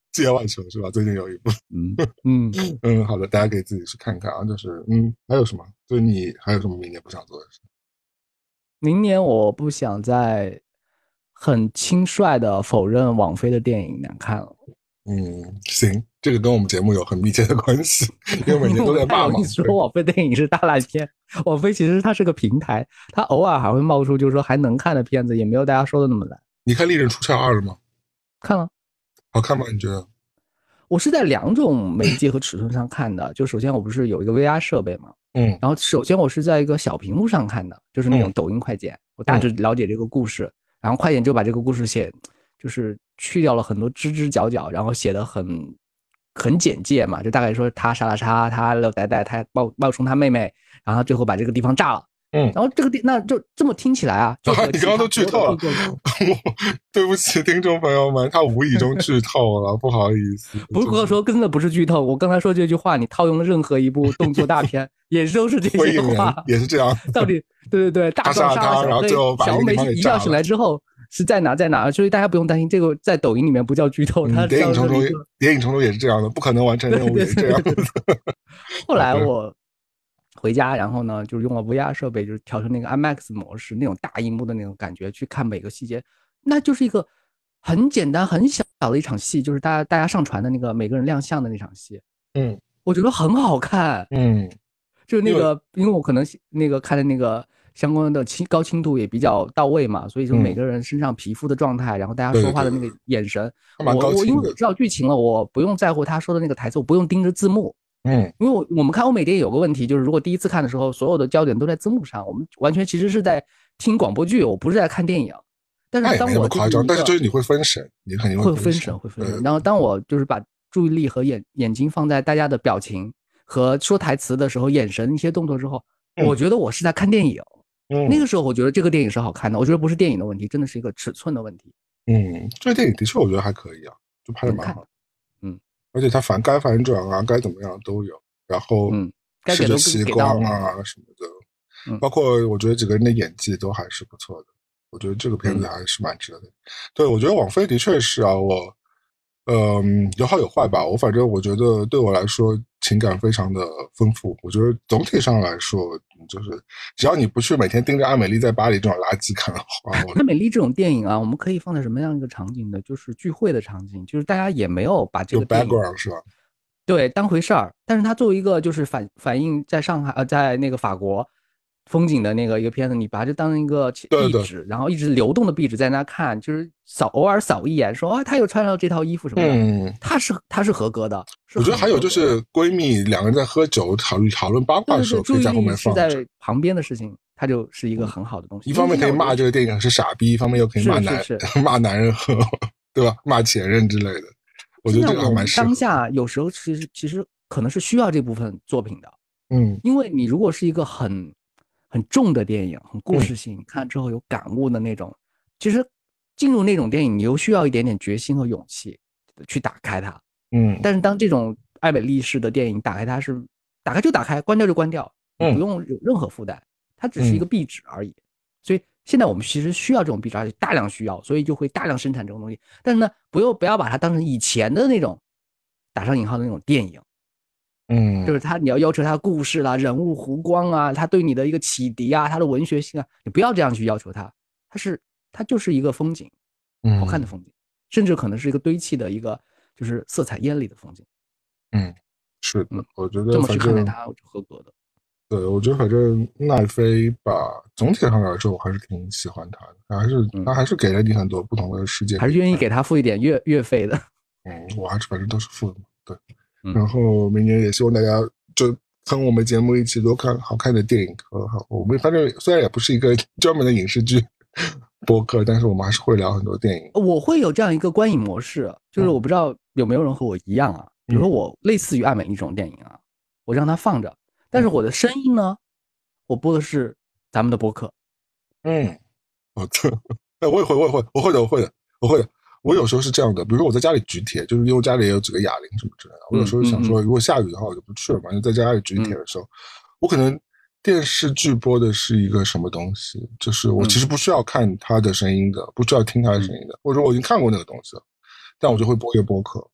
界外求是吧？最近有一部， 嗯嗯嗯，好的，大家可以自己去看看啊。就是嗯，还有什么？就是你还有什么明年不想做的事？ 明年我不想再很轻率的否认网飞的电影难看了。 嗯，行，这个跟我们节目有很密切的关系，因为每年都在骂嘛。 你说网飞电影是大烂片，网飞其实它是个平台，它偶尔还会冒出就是说还能看的片子，也没有大家说的那么烂。 你看《利刃出鞘二》了吗？ 看了， 好看吗？你觉得？ 我是在两种媒介和尺寸上看的，就首先我不是有一个 V R 设备嘛， 嗯， 然后首先我是在一个小屏幕上看的，就是那种嗯抖音快剪，我大致了解这个故事，然后快剪就把这个故事写，就是去掉了很多枝枝角角，然后写的很很简介嘛，就大概说他杀了他，他乐呆呆，他冒冒充他妹妹，然后最后把这个地方炸了。 嗯， 然后这个地那就这么听起来啊，就啊，你刚刚都剧透了，对不起听众朋友们，他无意中剧透了，不好意思。 不是我说真的不是剧透，我刚才说这句话，你套用了任何一部动作大片，也都是这些话， 也是这样。 到底对对对，大壮杀了小黑，小美一觉醒来之后是在哪在哪，所以大家不用担心，这个在抖音里面不叫剧透，它谍影重重，谍影重重也是这样的，不可能完成任务也是这样的。 后来我回家，然后呢，就是用了 V R 设备，就是调成那个 IMAX 模式，那种大荧幕的那种感觉，去看每个细节，那就是一个很简单、很小的一场戏，就是大家大家上传的那个每个人亮相的那场戏。 嗯， 我觉得很好看。 嗯， 就是那个，因为我可能那个看的那个相关的清高清度也比较到位嘛，所以就每个人身上皮肤的状态，然后大家说话的那个眼神，我我因为我知道剧情了，我不用在乎他说的那个台词，我不用盯着字幕。 嗯， 因为我我们看欧美电影有个问题，就是如果第一次看的时候，所有的焦点都在字幕上，我们完全其实是在听广播剧，我不是在看电影。但是当我夸张，但是就是你会分神，你肯定会分神，会分神。然后当我就是把注意力和眼眼睛放在大家的表情和说台词的时候，眼神一些动作之后，嗯、我觉得我是在看电影。嗯，那个时候我觉得这个电影是好看的，我觉得不是电影的问题，真的是一个尺寸的问题。 嗯，这个电影的确我觉得还可以啊，就拍的蛮好。 嗯， 而且它反该反转啊，该怎么样都有。然后， 嗯， 视觉奇光啊什么的， 嗯， 包括我觉得几个人的演技都还是不错的。我觉得这个片子还是蛮值得的。嗯、对，我觉得网飞的确是啊，我，嗯，有好有坏吧。我反正我觉得对我来说情感非常的丰富。我觉得总体上来说，就是只要你不去每天盯着艾美丽在巴黎这种垃圾看的话， 艾美丽这种电影啊，我们可以放在什么样一个场景呢？就是聚会的场景，就是大家也没有把这个有 background 是吧？ 对，当回事儿。但是它作为一个就是反反映在上海呃，在那个法国风景的那个一个片子，你把它当成一个壁纸，然后一直流动的壁纸在那看，就是扫偶尔扫一眼，说啊，他又穿了这套衣服什么的， 嗯， 他是他是合格的。 我觉得还有就是闺蜜两个人在喝酒讨论讨论八卦的时候，可以在后面放着。 在旁边的事情，它就是一个很好的东西。 一方面可以骂这个电影是傻逼，一方面又可以骂男骂男人和对吧？骂前任之类的。我觉得这个还蛮适合。 当下有时候其实其实可能是需要这部分作品的， 嗯， 因为你如果是一个很很重的电影，很故事性，嗯、看之后有感悟的那种，其实进入那种电影，你又需要一点点决心和勇气去打开它， 嗯。 但是当这种艾美丽式的电影打开它是打开就打开，关掉就关掉，你不用有任何负担，它只是一个壁纸而已。嗯、所以现在我们其实需要这种壁纸，而且大量需要，所以就会大量生产这种东西。但是呢，不用不要把它当成以前的那种打上引号的那种电影。 嗯， 就是他，你要要求他故事啦、人物弧光啊，他对你的一个启迪啊，他的文学性啊，你不要这样去要求他，他是他就是一个风景，好看的风景，嗯、甚至可能是一个堆砌的一个就是色彩艳丽的风景。 嗯，是的，嗯、我觉得这么去看待他就合格的。 对，我觉得反正奈飞吧，总体上来说我还是挺喜欢他的，还是他还是给了你很多不同的世界， 还是愿意给他付一点月月费的。 嗯，我还是反正都是付的嘛，对。然后明年也希望大家就跟我们节目一起多看好看的电影和好，我们反正虽然也不是一个专门的影视剧播客，但是我们还是会聊很多电影。 我会有这样一个观影模式，就是我不知道有没有人和我一样啊，嗯、比如说我类似于爱美一种电影啊，我让它放着，但是我的声音呢，我播的是咱们的播客。 嗯，我这，哎，我也会，我也会，我会的，我会的，我会的。我有时候是这样的，比如说我在家里举铁，就是因为家里也有几个哑铃什么之类的。我有时候想说，如果下雨的话，我就不去了嘛。就在家里举铁的时候，我可能电视剧播的是一个什么东西，就是我其实不需要看他的声音的，不需要听他的声音的，或者说我已经看过那个东西了，但我就会播一个播客。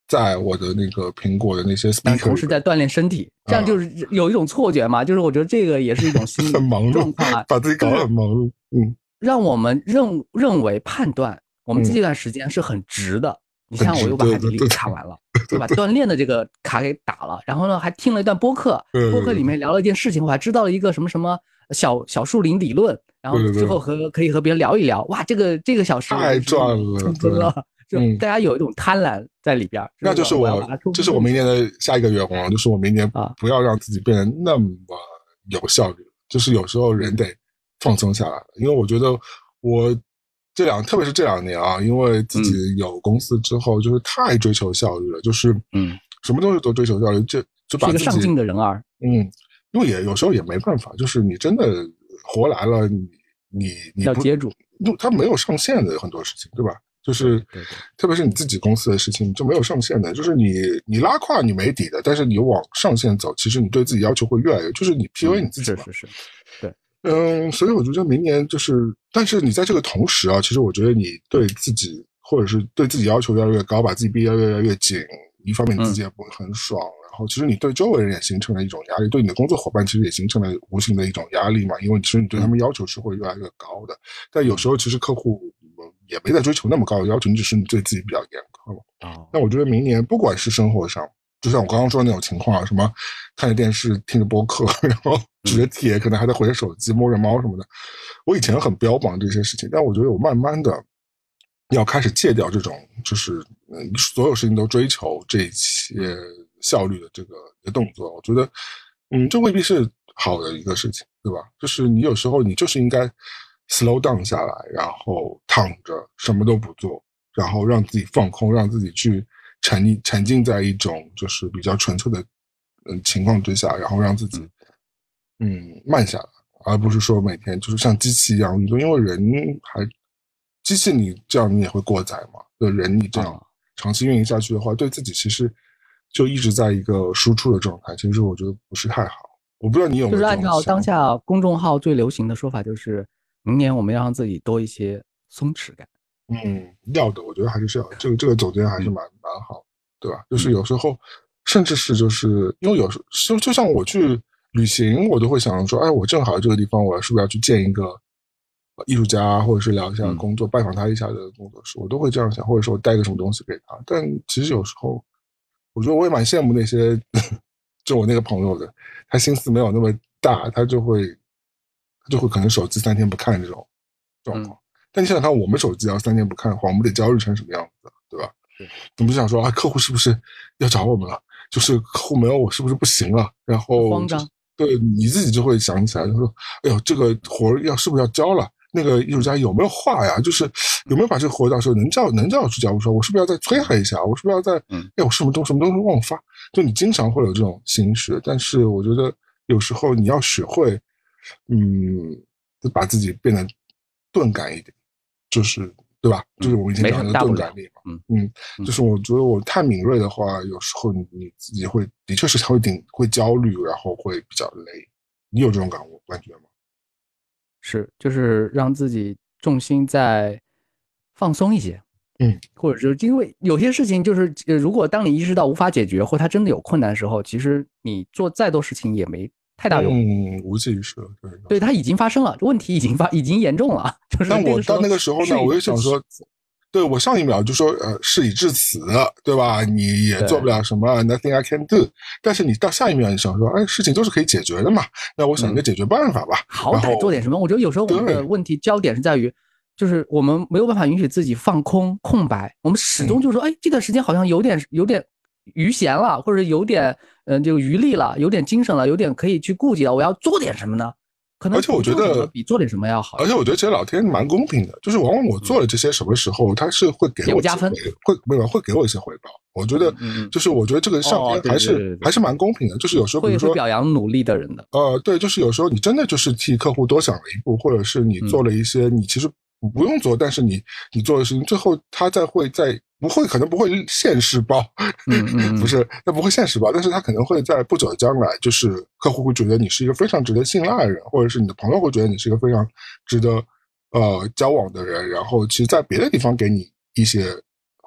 在我的那个苹果的那些 speaker， 但同时在锻炼身体，这样就是有一种错觉嘛，就是我觉得这个也是一种心理状况啊， 把自己搞得很忙碌，嗯， 让我们认认为判断我们这段时间是很值的。你像我又把海底捞卡完了，对吧？锻炼的这个卡给打了，然后呢还听了一段播客，播客里面聊了一件事情，我还知道了一个什么什么小小树林理论，然后之后和可以和别人聊一聊，哇，这个这个小时太赚了， 对了。就大家有一种贪婪在里边， 那就是我，这是我明年的下一个愿望，就是我明年不要让自己变得那么有效率，就是有时候人得放松下来，因为我觉得我这两，特别是这两年啊，因为自己有公司之后，就是太追求效率了，就是嗯，什么东西都追求效率，就就把自己是一个上进的人儿， 嗯，因为也有时候也没办法，就是你真的活来了，你你你要接住， 它没有上限的很多事情，对吧？就是，对对，特别是你自己公司的事情就没有上限的，就是你你拉胯你没底的，但是你往上线走，其实你对自己要求会越来越，就是你 P U A 你自己嘛。 是是是，对， 嗯，所以我觉得明年就是，但是你在这个同时啊，其实我觉得你对自己或者是对自己要求越来越高，把自己逼得越来越紧，一方面你自己也不会很爽，嗯、然后其实你对周围人也形成了一种压力，对你的工作伙伴其实也形成了无形的一种压力嘛，因为其实你对他们要求是会越来越高的，但有时候其实客户也没在追求那么高的要求，你只是你对自己比较严苛了。哦，那我觉得明年不管是生活上，就像我刚刚说的那种情况啊，什么看着电视、听着播客，然后指着铁，可能还在回着手机、摸着猫什么的。我以前很标榜这些事情，但我觉得我慢慢的要开始戒掉这种，就是嗯，所有事情都追求这些效率的这个动作。我觉得，嗯，这未必是好的一个事情，对吧？就是你有时候你就是应该 slow down 下来，然后躺着什么都不做，然后让自己放空，让自己去沉沉浸在一种就是比较纯粹的嗯情况之下，然后让自己嗯慢下来，而不是说每天就是像机器一样运动，因为人还机器你这样你也会过载嘛，对人你这样长期运营下去的话，对自己其实就一直在一个输出的状态，其实我觉得不是太好。我不知道你有没有， 就是按照当下公众号最流行的说法，就是明年我们要让自己多一些松弛感。 嗯，要的，我觉得还是要这个这个总结还是蛮、嗯、蛮好，对吧？就是有时候，甚至是就是因为有时候就就像我去旅行，我都会想说，哎，我正好这个地方，我是不是要去见一个艺术家，或者是聊一下工作，嗯、拜访他一下的工作室，我都会这样想，或者说我带个什么东西给他。但其实有时候，我觉得我也蛮羡慕那些，就我那个朋友的，他心思没有那么大，他就会他就会可能手机三天不看这种状况。嗯，但你想想看，我们手机要三天不看的话，我们得焦虑成什么样子，对吧？对，我们就想说啊，客户是不是要找我们了？就是客户没有我，是不是不行了？然后慌张， 对你自己就会想起来，就说，哎呦，这个活要是不是要交了？那个艺术家有没有画呀？就是有没有把这个活到时候能叫能叫出交不出来？我是不是要再催他一下？我是不是要再，嗯，哎，我什么东什么东西忘发？就你经常会有这种心事，但是我觉得有时候你要学会，嗯，把自己变得钝感一点。就是对吧？就是我以前讲的钝感力嘛。嗯嗯，就是我觉得我太敏锐的话，有时候你你自己会的确是会顶会焦虑，然后会比较累。你有这种感悟感觉吗？ 是，就是让自己重心再放松一些。 嗯， 或者是因为有些事情就是，呃，如果当你意识到无法解决或它真的有困难的时候，其实你做再多事情也没太大用， 嗯，无济于事了。对， 对，它已经发生了，问题已经发，已经严重了。就是， 但我到那个时候呢，我就想说，对我上一秒就说，呃，事已至此，对吧？你也做不了什么 ，nothing I can do。但是你到下一秒，你想说，哎，事情都是可以解决的嘛？那我想一个解决办法吧。 嗯、好歹做点什么。我觉得有时候我们的问题焦点是在于，就是我们没有办法允许自己放空空白，我们始终就说，嗯、哎，这段时间好像有点有点。余闲了，或者有点嗯、呃，这个余力了，有点精神了，有点可以去顾及了。我要做点什么呢？可能而且我觉得比做点什么要好。 而且我觉得其实老天蛮公平的，就是往往我做了这些什么时候，他是会给我加分， 会没有会给我一些回报。我觉得就是我觉得这个上天还是、哦、对对对对还是蛮公平的。就是有时候比如说会表扬努力的人的。 呃，对，就是有时候你真的就是替客户多想了一步，或者是你做了一些你其实不用做，但是你你做的事情，最后他再会在。不会，可能不会现世报， 嗯嗯， 不是，他不会现世报，但是他可能会在不久的将来，就是客户会觉得你是一个非常值得信赖的人，或者是你的朋友会觉得你是一个非常值得呃交往的人，然后其实在别的地方给你一些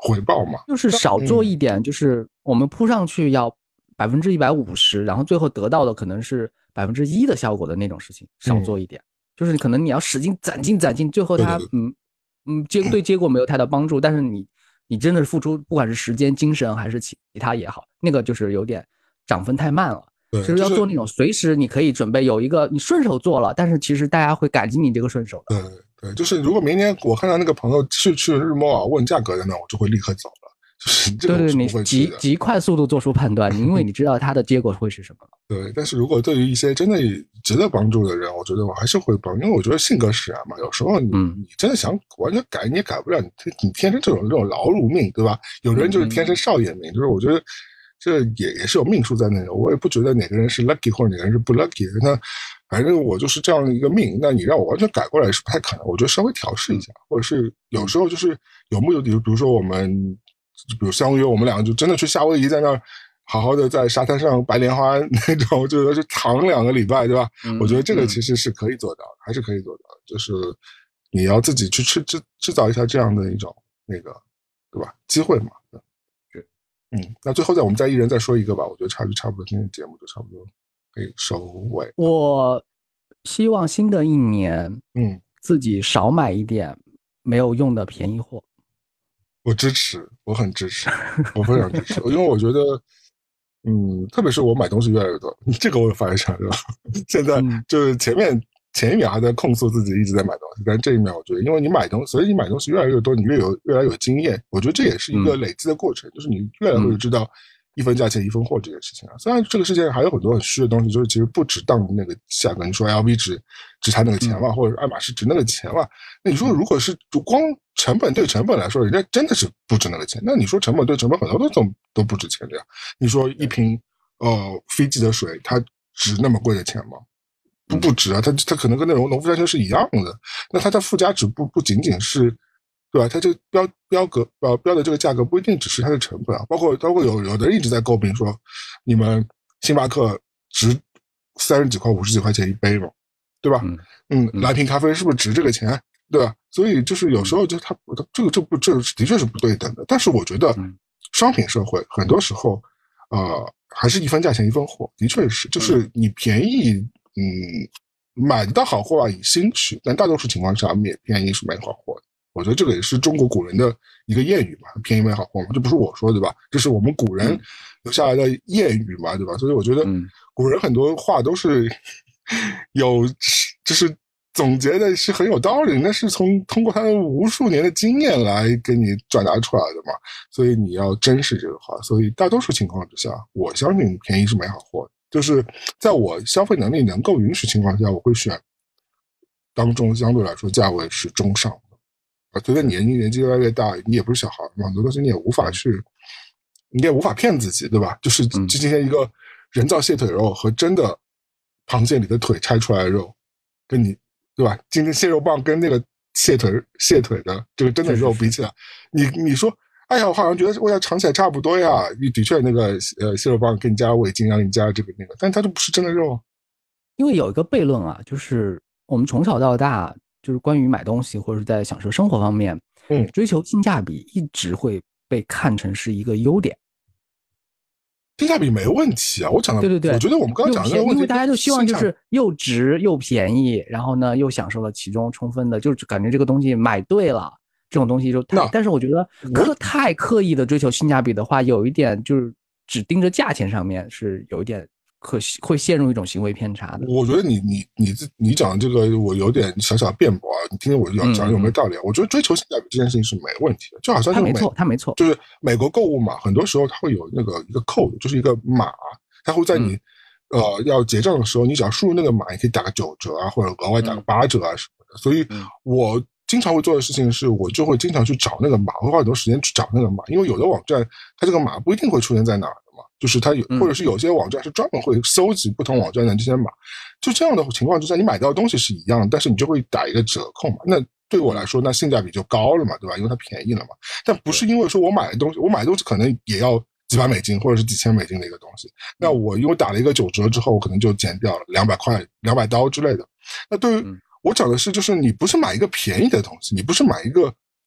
回报嘛， 就是少做一点，就是我们扑上去要百分之一百五十，然后最后得到的可能是百分之一的效果的那种事情，少做一点。嗯、就是可能你要使劲攒劲攒劲，最后它对对对嗯嗯结对结果没有太大帮助，但是你你真的是付出，不管是时间、精神还是其他也好，那个就是有点涨分太慢了。 对， 就是要做那种随时你可以准备有一个你顺手做了，但是其实大家会感激你这个顺手的。 对对，就是如果明年我看到那个朋友去去日摸啊问价格的，那我就会立刻走了。就是这个对对，你极极快速度做出判断，因为你知道它的结果会是什么了。 对，但是如果对于一些真的值得帮助的人，我觉得我还是会帮，因为我觉得性格使然嘛。有时候你、嗯、你真的想完全改，你也改不了，你你天生这种这种劳碌命，对吧？有人就是天生少爷命，嗯、就是我觉得这也也是有命数在那里。我也不觉得哪个人是 lucky 或者哪个人是不 lucky 的。那反正我就是这样的一个命，那你让我完全改过来是不太可能。我觉得稍微调试一下，或者是有时候就是有目的，比如说我们。比如相约我们两个就真的去夏威夷，在那儿好好的在沙滩上白莲花那种，就是躺两个礼拜，对吧？嗯、我觉得这个其实是可以做到的，还是可以做到的。就是你要自己去制制制造一下这样的一种那个，对吧？机会嘛。 是， 嗯，那最后再我们再一人再说一个吧，我觉得差不差不多，今天节目就差不多可以收尾。 我希望新的一年， 嗯， 自己少买一点没有用的便宜货。 我支持，我很支持，我非常支持，因为我觉得，嗯，特别是我买东西越来越多，这个我也发现对吧？现在就是前面、嗯、前一秒还在控诉自己一直在买东西，但这一秒我觉得，因为你买东西，所以你买东西越来越多，你越有越来越有经验，我觉得这也是一个累积的过程，嗯、就是你越来越知道一分价钱一分货这件事情啊。虽然这个世界上还有很多很虚的东西，就是其实不只当那个价格，你说 L V 值值它那个钱嘛，嗯、或者爱马仕值那个钱嘛，那你说如果是就光成本对成本来说，人家真的是不值那个钱。那你说成本对成本，很多都都都不值钱的呀。你说一瓶呃飞机的水，它值那么贵的钱吗？不不值啊，它它可能跟那种农夫山泉是一样的。那它的附加值不不仅仅是，对吧？它这个标标格呃标的这个价格不一定只是它的成本啊，包括包括有有的人一直在诟病说，你们星巴克值三十几块、五十几块钱一杯嘛，对吧？ 嗯嗯，蓝瓶咖啡是不是值这个钱？对吧？所以就是有时候就它这个这不这的确是不对等的。但是我觉得商品社会很多时候，呃，还是一分价钱一分货，的确是，就是你便宜，嗯，买得到好货啊，以心取，但大多数情况下，免便宜是没好货的。我觉得这个也是中国古人的一个谚语嘛，便宜没好货嘛，这不是我说对吧？这是我们古人留下来的谚语嘛，对吧？所以我觉得古人很多话都是有，就是总结的是很有道理，那是从通过他的无数年的经验来给你转达出来的嘛，所以你要珍视这个话。所以大多数情况之下，我相信便宜是没好货的，就是在我消费能力能够允许情况下，我会选当中相对来说价位是中上的。啊，随着年纪年纪越来越大，你也不是小孩嘛，很多东西你也无法去，你也无法骗自己，对吧？就是今天一个人造蟹腿肉和真的螃蟹里的腿拆出来的肉，跟你。对吧？今天蟹肉棒跟那个蟹腿蟹腿的这个真的肉比起来，你你说，哎呀，我好像觉得味道尝起来差不多呀。的确，那个呃蟹肉棒给你加味精，让你加这个那个，但它就不是真的肉。 因为有一个悖论啊，就是我们从小到大，就是关于买东西或者是在享受生活方面， 嗯， 追求性价比一直会被看成是一个优点。 性价比没问题啊，我讲的对对对， 我觉得我们刚刚讲的那个问题， 因为大家就希望就是又值又便宜，然后呢又享受了其中充分的，就是感觉这个东西买对了，这种东西就太。但是我觉得刻太刻意的追求性价比的话，有一点就是只盯着价钱上面是有一点可会陷入一种行为偏差的。 我觉得你你你你讲这个我有点小小辩驳啊，你听听我讲讲有没有道理啊？嗯、我觉得追求性价比这件事情是没问题的，就好像他没错，他没错， 就是美国购物嘛，很多时候它会有那个一个 code， 就是一个码，它会在你、嗯、呃要结账的时候，你只要输入那个码，你可以打个九折啊，或者额外打个八折啊什么的。嗯、所以我经常会做的事情是，我就会经常去找那个码，会花很多时间去找那个码，因为有的网站它这个码不一定会出现在哪儿。就是它有，或者是有些网站是专门会搜集不同网站的这些码，就这样的情况之下，你买到的东西是一样，但是你就会打一个折扣嘛。那对我来说，那性价比就高了嘛，对吧？因为它便宜了嘛。但不是因为说我买的东西，我买的东西可能也要几百美金或者是几千美金的一个东西，那我因为打了一个九折之后，我可能就减掉了两百块、两百刀之类的。那对于我讲的是，就是你不是买一个便宜的东西，你不是买一个。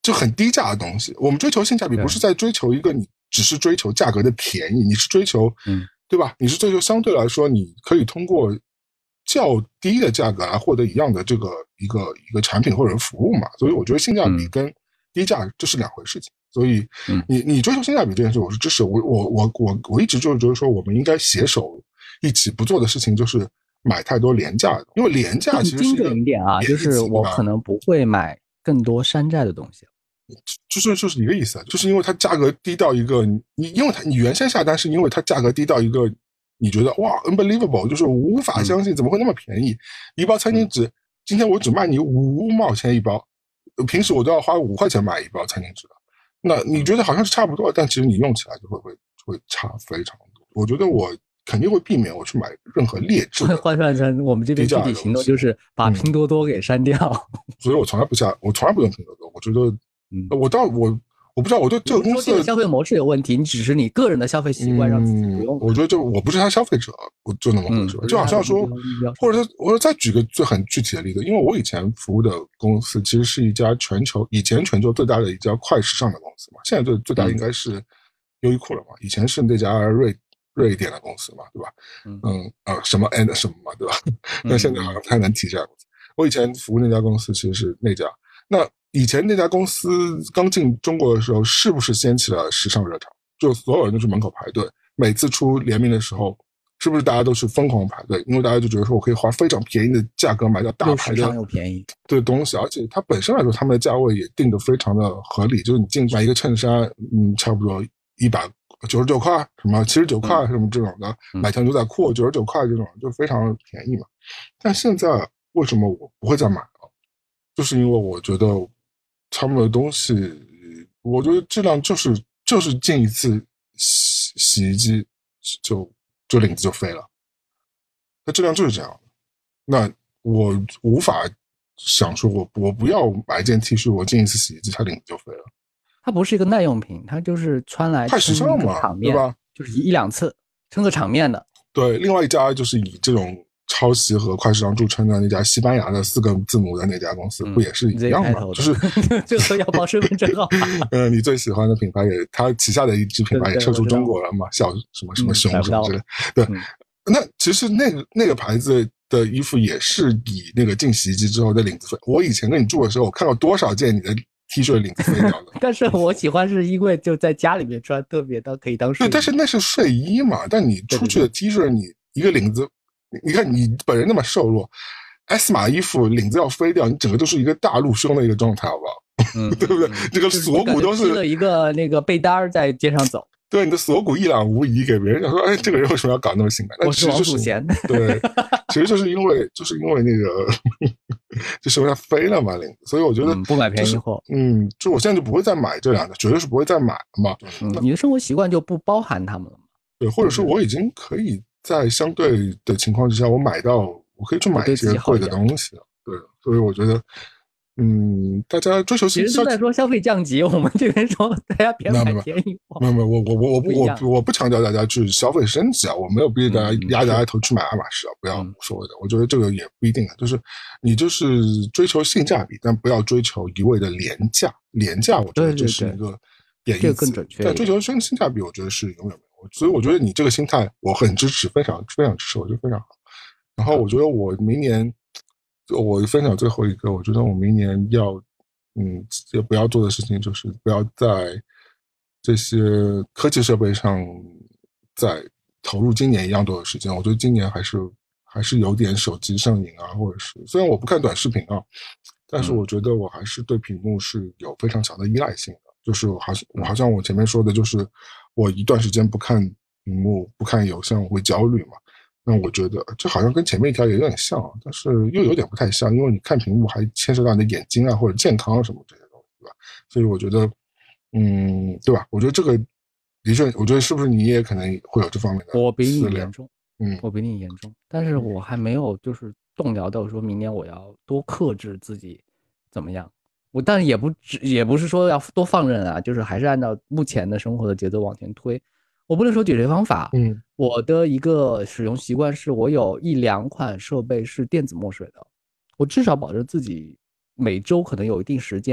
就很低价的东西。我们追求性价比，不是在追求一个你只是追求价格的便宜，你是追求， 嗯， 对吧？你是追求相对来说，你可以通过较低的价格来获得一样的这个一个一个产品或者服务嘛。所以我觉得性价比跟低价这是两回事情。所以你你追求性价比这件事，我是支持。我我我我我一直就是觉得说，我们应该携手一起不做的事情就是买太多廉价的，因为廉价其实是精准一点啊，就是我可能不会买更多山寨的东西。 就是就是一个意思，就是因为它价格低到一个你，因为它你原先下单是因为它价格低到一个你觉得哇 unbelievable， 就是无法相信怎么会那么便宜，一包餐巾纸今天我只卖你五毛钱一包，平时我都要花五块钱买一包餐巾纸的。那你觉得好像是差不多，但其实你用起来就会会会差非常多。我觉得我肯定会避免我去买任何劣质的。 换算成我们这边具体行动就是把拼多多给删掉。 嗯、所以我从来不下，我从来不用拼多多。我觉得，嗯，我倒我我不知道我对这个公司的消费模式有问题，你只是你个人的消费习惯让自己不用。 嗯、我觉得就我不是他消费者，我就那么回事。嗯、就好像说，或者我说再举个最很具体的例子，因为我以前服务的公司其实是一家全球以前全球最大的一家快时尚的公司嘛，现在最最大应该是优衣库了嘛，以前是那家瑞瑞典的公司嘛，对吧？嗯嗯呃什么 and 什么嘛，对吧？那现在好像不太能提这家公司。我以前服务那家公司其实是那家，那以前那家公司刚进中国的时候，是不是掀起了时尚热潮？就所有人都去门口排队，每次出联名的时候，是不是大家都是疯狂排队？因为大家就觉得说我可以花非常便宜的价格买到大牌的又时尚又便宜的东西，而且它本身来说，他们的价位也定得非常的合理，就是你进买一个衬衫，嗯，差不多一百九十九块，什么七十九块，什么这种的，嗯、买条牛仔裤九十九块这种，就非常便宜嘛。但现在为什么我不会再买了？就是因为我觉得他们的东西，我觉得质量就是就是进一次洗洗衣机就就领子就飞了，它质量就是这样的。那我无法想说我我不要买一件 T 恤，我进一次洗衣机它领子就飞了。 它不是一个耐用品，它就是穿来太时尚嘛，对吧？ 就是一两次撑个场面的。 对，另外一家就是以这种抄袭和快时尚著称的那家西班牙的四个字母的那家公司，嗯、不也是一样吗？就是最后要报身份证号。 嗯，你最喜欢的品牌也，它旗下的一支品牌也撤出中国了嘛？小什么什么熊什么之类的。对，嗯、那其实那个那个牌子的衣服也是以那个进洗衣机之后的领子飞。我以前跟你住的时候，我看到多少件你的 T 恤领子飞掉的。 但是我喜欢是因为就在家里面穿，特别当可以当睡衣。 对，但是那是睡衣嘛，但你出去的 T 恤，你一个领子。你看你本人那么瘦弱 ，S 码衣服领子要飞掉，你整个都是一个大露胸的一个状态，好不好？嗯，对不对？这个锁骨都是披了一个那个被单在街上走， 对，你的锁骨一览无遗，给别人讲说，哎，这个人为什么要搞那么性感？ 我是王祖贤， 对，其实就是因为就是因为那个，就是因为它飞了嘛，领子，所以我觉得、 嗯、不买便宜货， 嗯，就我现在就不会再买这两个，绝对是不会再买了嘛。 嗯，你的生活习惯就不包含他们了嘛？ 对，或者说我已经可以。在相对的情况之下，我买到我可以去买一些贵的东西了，对，所以我觉得，嗯，大家追求其实都在说消费降级，我们这边说大家别买便宜货。 没有没有，我我我我不我我不强调大家去消费升级啊，我没有逼大家压着牙头去买爱马仕啊，不要所谓的，我觉得这个也不一定的，就是你就是追求性价比，但不要追求一味的廉价，廉价我觉得这是一个贬义词， 这个更准确。 但追求性性价比，我觉得是永远没有。所以我觉得你这个心态我很支持，非常非常支持，我觉得非常好。然后我觉得我明年，我分享最后一个，我觉得我明年要，嗯，也不要做的事情就是不要在这些科技设备上再投入今年一样多的时间。我觉得今年还是还是有点手机上瘾啊，或者是虽然我不看短视频啊，但是我觉得我还是对屏幕是有非常强的依赖性的。就是我好像我好像我前面说的，就是我一段时间不看屏幕、不看邮箱，我会焦虑嘛。那我觉得这好像跟前面一条也有点像，但是又有点不太像，因为你看屏幕还牵涉到你的眼睛啊或者健康什么这些东西，对吧？所以我觉得，嗯，对吧？我觉得这个的确，我觉得是不是你也可能会有这方面的？ 我比你严重， 嗯， 我比你严重，但是我还没有就是动摇到说明年我要多克制自己怎么样。我但也不也不是说要多放任啊，就是还是按照目前的生活的节奏往前推。我不能说解决方法， 嗯， 我的一个使用习惯是我有一两款设备是电子墨水的，我至少保证自己每周可能有一定时间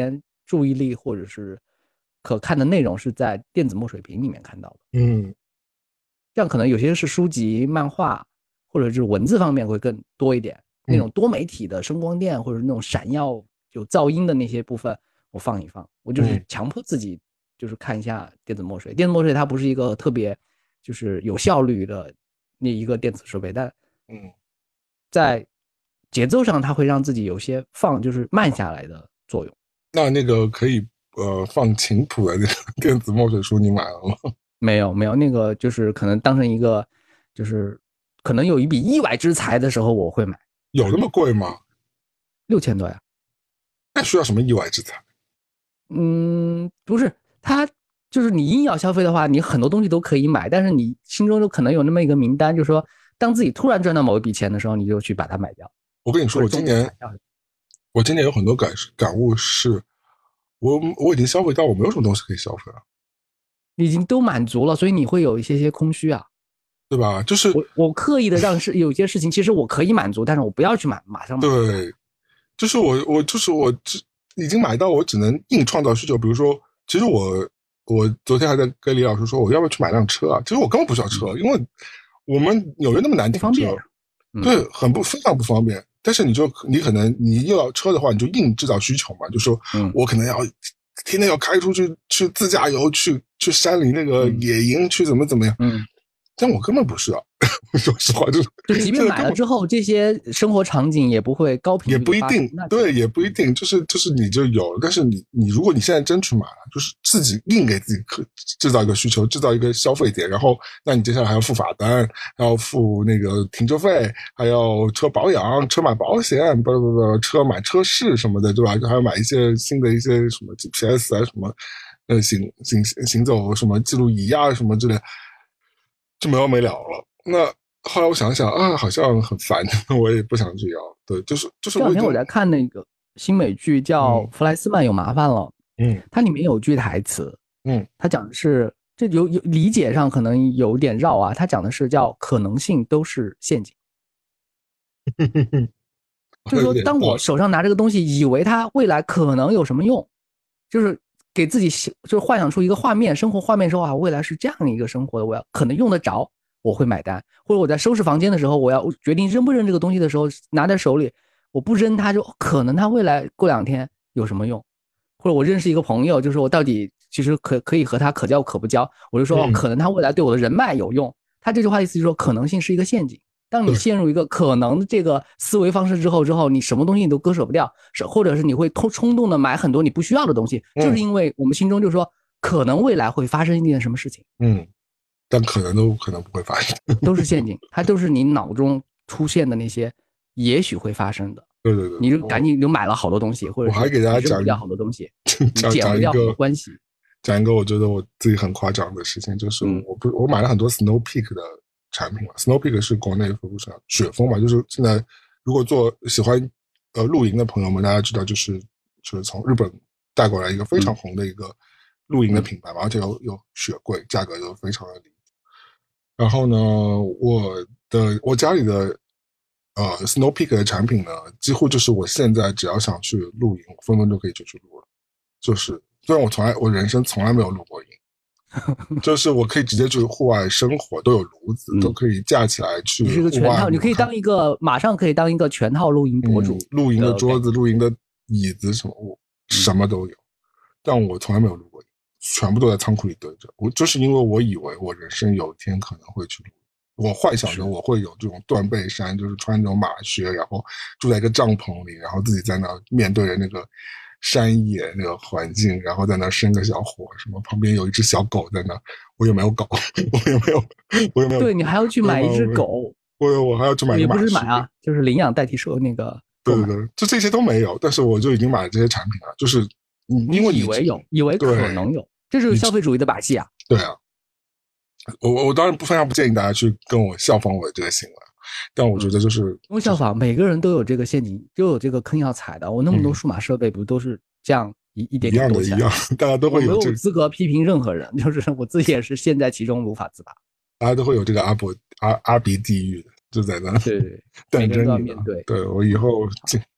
注意力或者是可看的内容是在电子墨水屏里面看到的。 嗯， 这样可能有些是书籍、漫画，或者是文字方面会更多一点。那种多媒体的声光电或者那种闪耀有噪音的那些部分，我放一放。我就是强迫自己，就是看一下电子墨水。电子墨水它不是一个特别就是有效率的那一个电子设备，但嗯， 在节奏上它会让自己有些放就是慢下来的作用。 那那个可以呃放琴谱的那个电子墨水书你买了吗？ 没有没有，那个就是可能当成一个就是可能有一笔意外之财的时候我会买。 有那么贵吗？ 六千多呀。 那需要什么意外之财？ 嗯，不是，它就是你硬要消费的话，你很多东西都可以买，但是你心中就可能有那么一个名单，就是说，当自己突然赚到某一笔钱的时候，你就去把它买掉。 我跟你说，我今年我今年有很多感感悟是，我我已经消费到我没有什么东西可以消费了， 你已经都满足了，所以你会有一些些空虚啊， 对吧？就是我我刻意的让是有些事情，其实我可以满足，但是我不要去买，马上买。 对，就是我我就是我已经买到我只能硬创造需求。比如说，其实我我昨天还在跟李老师说，我要不要去买辆车啊？其实我根本不需要车，因为我们纽约那么难停车， 嗯、 对，很不非常不方便。但是你就你可能你又要车的话，你就硬制造需求嘛，就说我可能要天天要开出去去自驾游，去去山里那个野营，去怎么怎么样。 嗯， 但我根本不是啊，说实话就是， 就即便买了之后，这些生活场景也不会高频， 也不一定，对，也不一定，就是就是你就有了，但是你你如果你现在真去买了，就是自己硬给自己制造一个需求，制造一个消费点，然后那你接下来还要付罚单，还要付那个停车费，还要车保养、车买保险，不不不，车买车饰什么的，对吧？还要买一些新的一些什么 G P S 啊，什么呃行行行走什么记录仪啊，什么之类。就没完没了了。那后来我想想啊，好像很烦，我也不想去要。对，就是就是这两天我在看那个新美剧叫《弗莱斯曼有麻烦了》， 嗯， 它里面有句台词， 嗯， 它讲的是这有有理解上可能有点绕啊，它讲的是叫可能性都是陷阱。就是说，当我手上拿这个东西，以为它未来可能有什么用，就是给自己就是幻想出一个画面，生活画面说啊，未来是这样一个生活的，我要可能用得着，我会买单。或者我在收拾房间的时候，我要决定扔不扔这个东西的时候，拿在手里，我不扔它，就可能它未来过两天有什么用。或者我认识一个朋友，就是我到底其实可可以和他可交可不交，我就说、嗯哦、可能他未来对我的人脉有用。他这句话的意思就是说，可能性是一个陷阱。当你陷入一个可能的这个思维方式之后，之后你什么东西你都割舍不掉，是或者是你会冲动的买很多你不需要的东西，嗯、就是因为我们心中就说可能未来会发生一件什么事情， 嗯，但可能都可能不会发生， 都是陷阱，它都是你脑中出现的那些也许会发生的。 对对对， 你就赶紧就买了好多东西，或者我还给大家讲不掉好多东西， 讲减不掉好多关系。 讲一个我觉得我自己很夸张的事情，就是我不、嗯、我买了很多 Snow Peak 的产品嘛 ，Snow Peak 是国内服务商雪峰嘛，就是现在如果做喜欢呃露营的朋友们，大家知道就是就是从日本带过来一个非常红的一个露营的品牌嘛，嗯、而且有有雪柜，价格又非常的低。然后呢，我的我家里的呃 Snow Peak 的产品呢，几乎就是我现在只要想去露营，我分分钟可以就去露了。就是虽然我从来我人生从来没有露过营。就是我可以直接去户外生活，都有炉子，嗯、都可以架起来去户外。 你是个全套，你可以当一个马上可以当一个全套露营博主， 嗯、露营的桌子、露营的椅子什么，我什么都有。嗯、但我从来没有露过营，全部都在仓库里堆着。我就是因为我以为我人生有一天可能会去露，我幻想着我会有这种断背山，就是穿那种马靴，然后住在一个帐篷里，然后自己在那面对着那个山野那个环境，然后在那生个小火，什么旁边有一只小狗在那，我有没有狗？我有没有？我有没有？ 对，你还要去买一只狗， 我有，我还要去买一个马也不是买啊，就是领养代替收那个。 对对对，就这些都没有，但是我就已经买了这些产品了，就是因为你以为有，以为可能有，这是消费主义的把戏啊。 对啊，我我当然不非常不建议大家去跟我效仿我的这个行为。但我觉得就是不用效仿，每个人都有这个陷阱，都有这个坑要踩的。我那么多数码设备，不都是这样一一点点一样的，一样，大家都会有、这个。 我没有资格批评任何人，就是我自己也是陷在其中无法自拔。 大家都会有这个阿伯阿阿鼻地狱的，就在那， 对， 等着你面对。 对我以后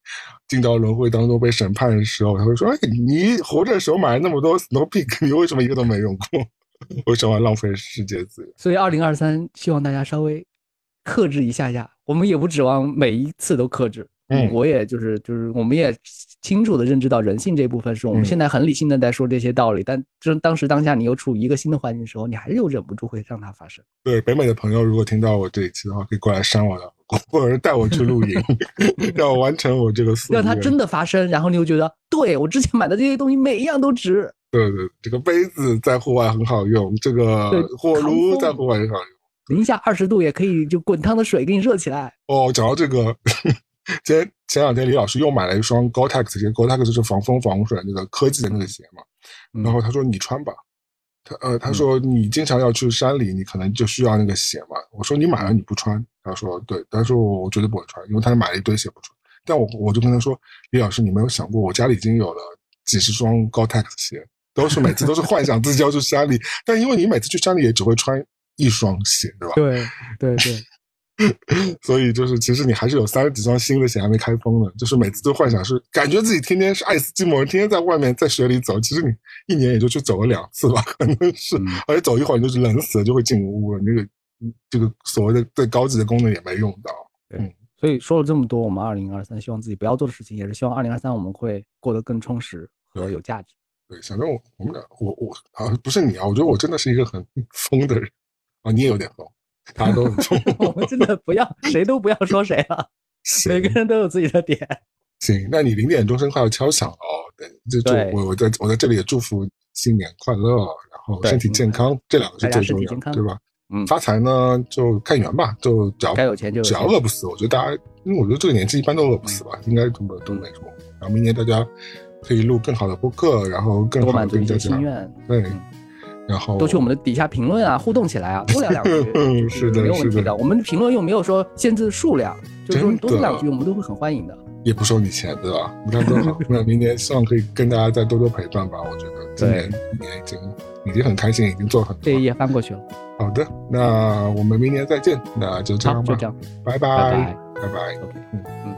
进到轮回当中被审判的时候，他会说：“哎，你活着的时候买了那么多 Snow Peak， 你为什么一个都没用过？为什么要浪费世界资源？” 所以二零二三希望大家稍微克制一下下，我们也不指望每一次都克制。嗯，我也就是就是我们也清楚的认知到人性这部分是我们现在很理性的在说这些道理，嗯、但就是当时当下你又处于一个新的环境的时候，你还是又忍不住会让它发生。 对，北美的朋友如果听到我这一期的话，可以过来删我的，或者带我去露营，让我完成我这个夙愿。 让它真的发生，然后你又觉得，对我之前买的这些东西每一样都值。 对对，这个杯子在户外很好用，这个火炉在户外很好用， 零下二十度也可以就滚烫的水给你热起来。 哦，讲到这个。前前两天李老师又买了一双 Gore-Tex 鞋 Gore-Tex 就是防风防水那个科技的那个鞋嘛， 嗯、 然后他说你穿吧，他呃他说你经常要去山里，你可能就需要那个鞋嘛。我说你买了你不穿，他说对，他说我绝对不会穿，因为他买了一堆鞋不穿。但我我就跟他说，李老师你没有想过，我家里已经有了几十双 Gore-Tex 鞋，都是每次都是幻想自己要去山里，但因为你每次去山里也只会穿一双鞋，对吧？ 对对对。 所以就是其实你还是有三十几双新的鞋还没开封呢，就是每次都幻想是感觉自己天天是爱斯基摩人，天天在外面在雪里走，其实你一年也就去走了两次吧，可能是、嗯、而且走一会儿你就是冷死了就会进屋了，那个这个所谓的最高级的功能也没用到。 嗯，所以说了这么多，我们二零二三希望自己不要做的事情，也是希望二零二三我们会过得更充实和有价值。 对，想着我我们俩我我啊不是你啊，我觉得我真的是一个很疯的人啊，你也有点疯。大家都很疯我们真的不要谁都不要说谁了，每个人都有自己的点。 行，那你零点钟声快要敲响了哦，对，就祝我我在我在这里也祝福新年快乐，然后身体健康，这两个是最重要的，对吧？嗯，发财呢就看缘吧，就只要该有钱就有钱， 只要饿不死，我觉得大家，因为我觉得这个年纪一般都饿不死吧，应该都都没什么。然后明年大家可以录更好的播客，然后更好的跟大家心愿， 对。然后多去我们的底下评论啊，互动起来啊，多聊两句， 是的， 没有问题的。 的。我们评论又没有说限制数量，就是说多说两句，我们都会很欢迎的。 也不收你钱，对吧？你看多好。那明年希望可以跟大家再多多陪伴吧。我觉得今年一年已经已经很开心，已经做很多。 这一页翻过去了。 好的，那我们明年再见。那就这样吧， 就这样， 拜拜， 拜拜， 拜拜。 OK， 嗯嗯。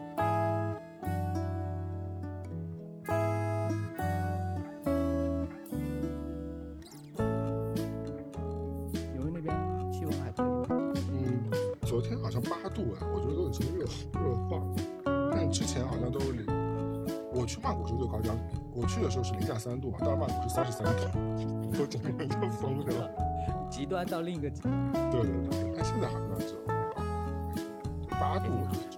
昨天好像八度哎，我觉得都已经热热化了。但之前好像都是零，我去曼谷时候最夸张，我去的时候是零下三度嘛，到了曼谷是三十三度，我整个人都疯了， 极端到另一个极端。 对对对，但现在好像只有八度，我觉得。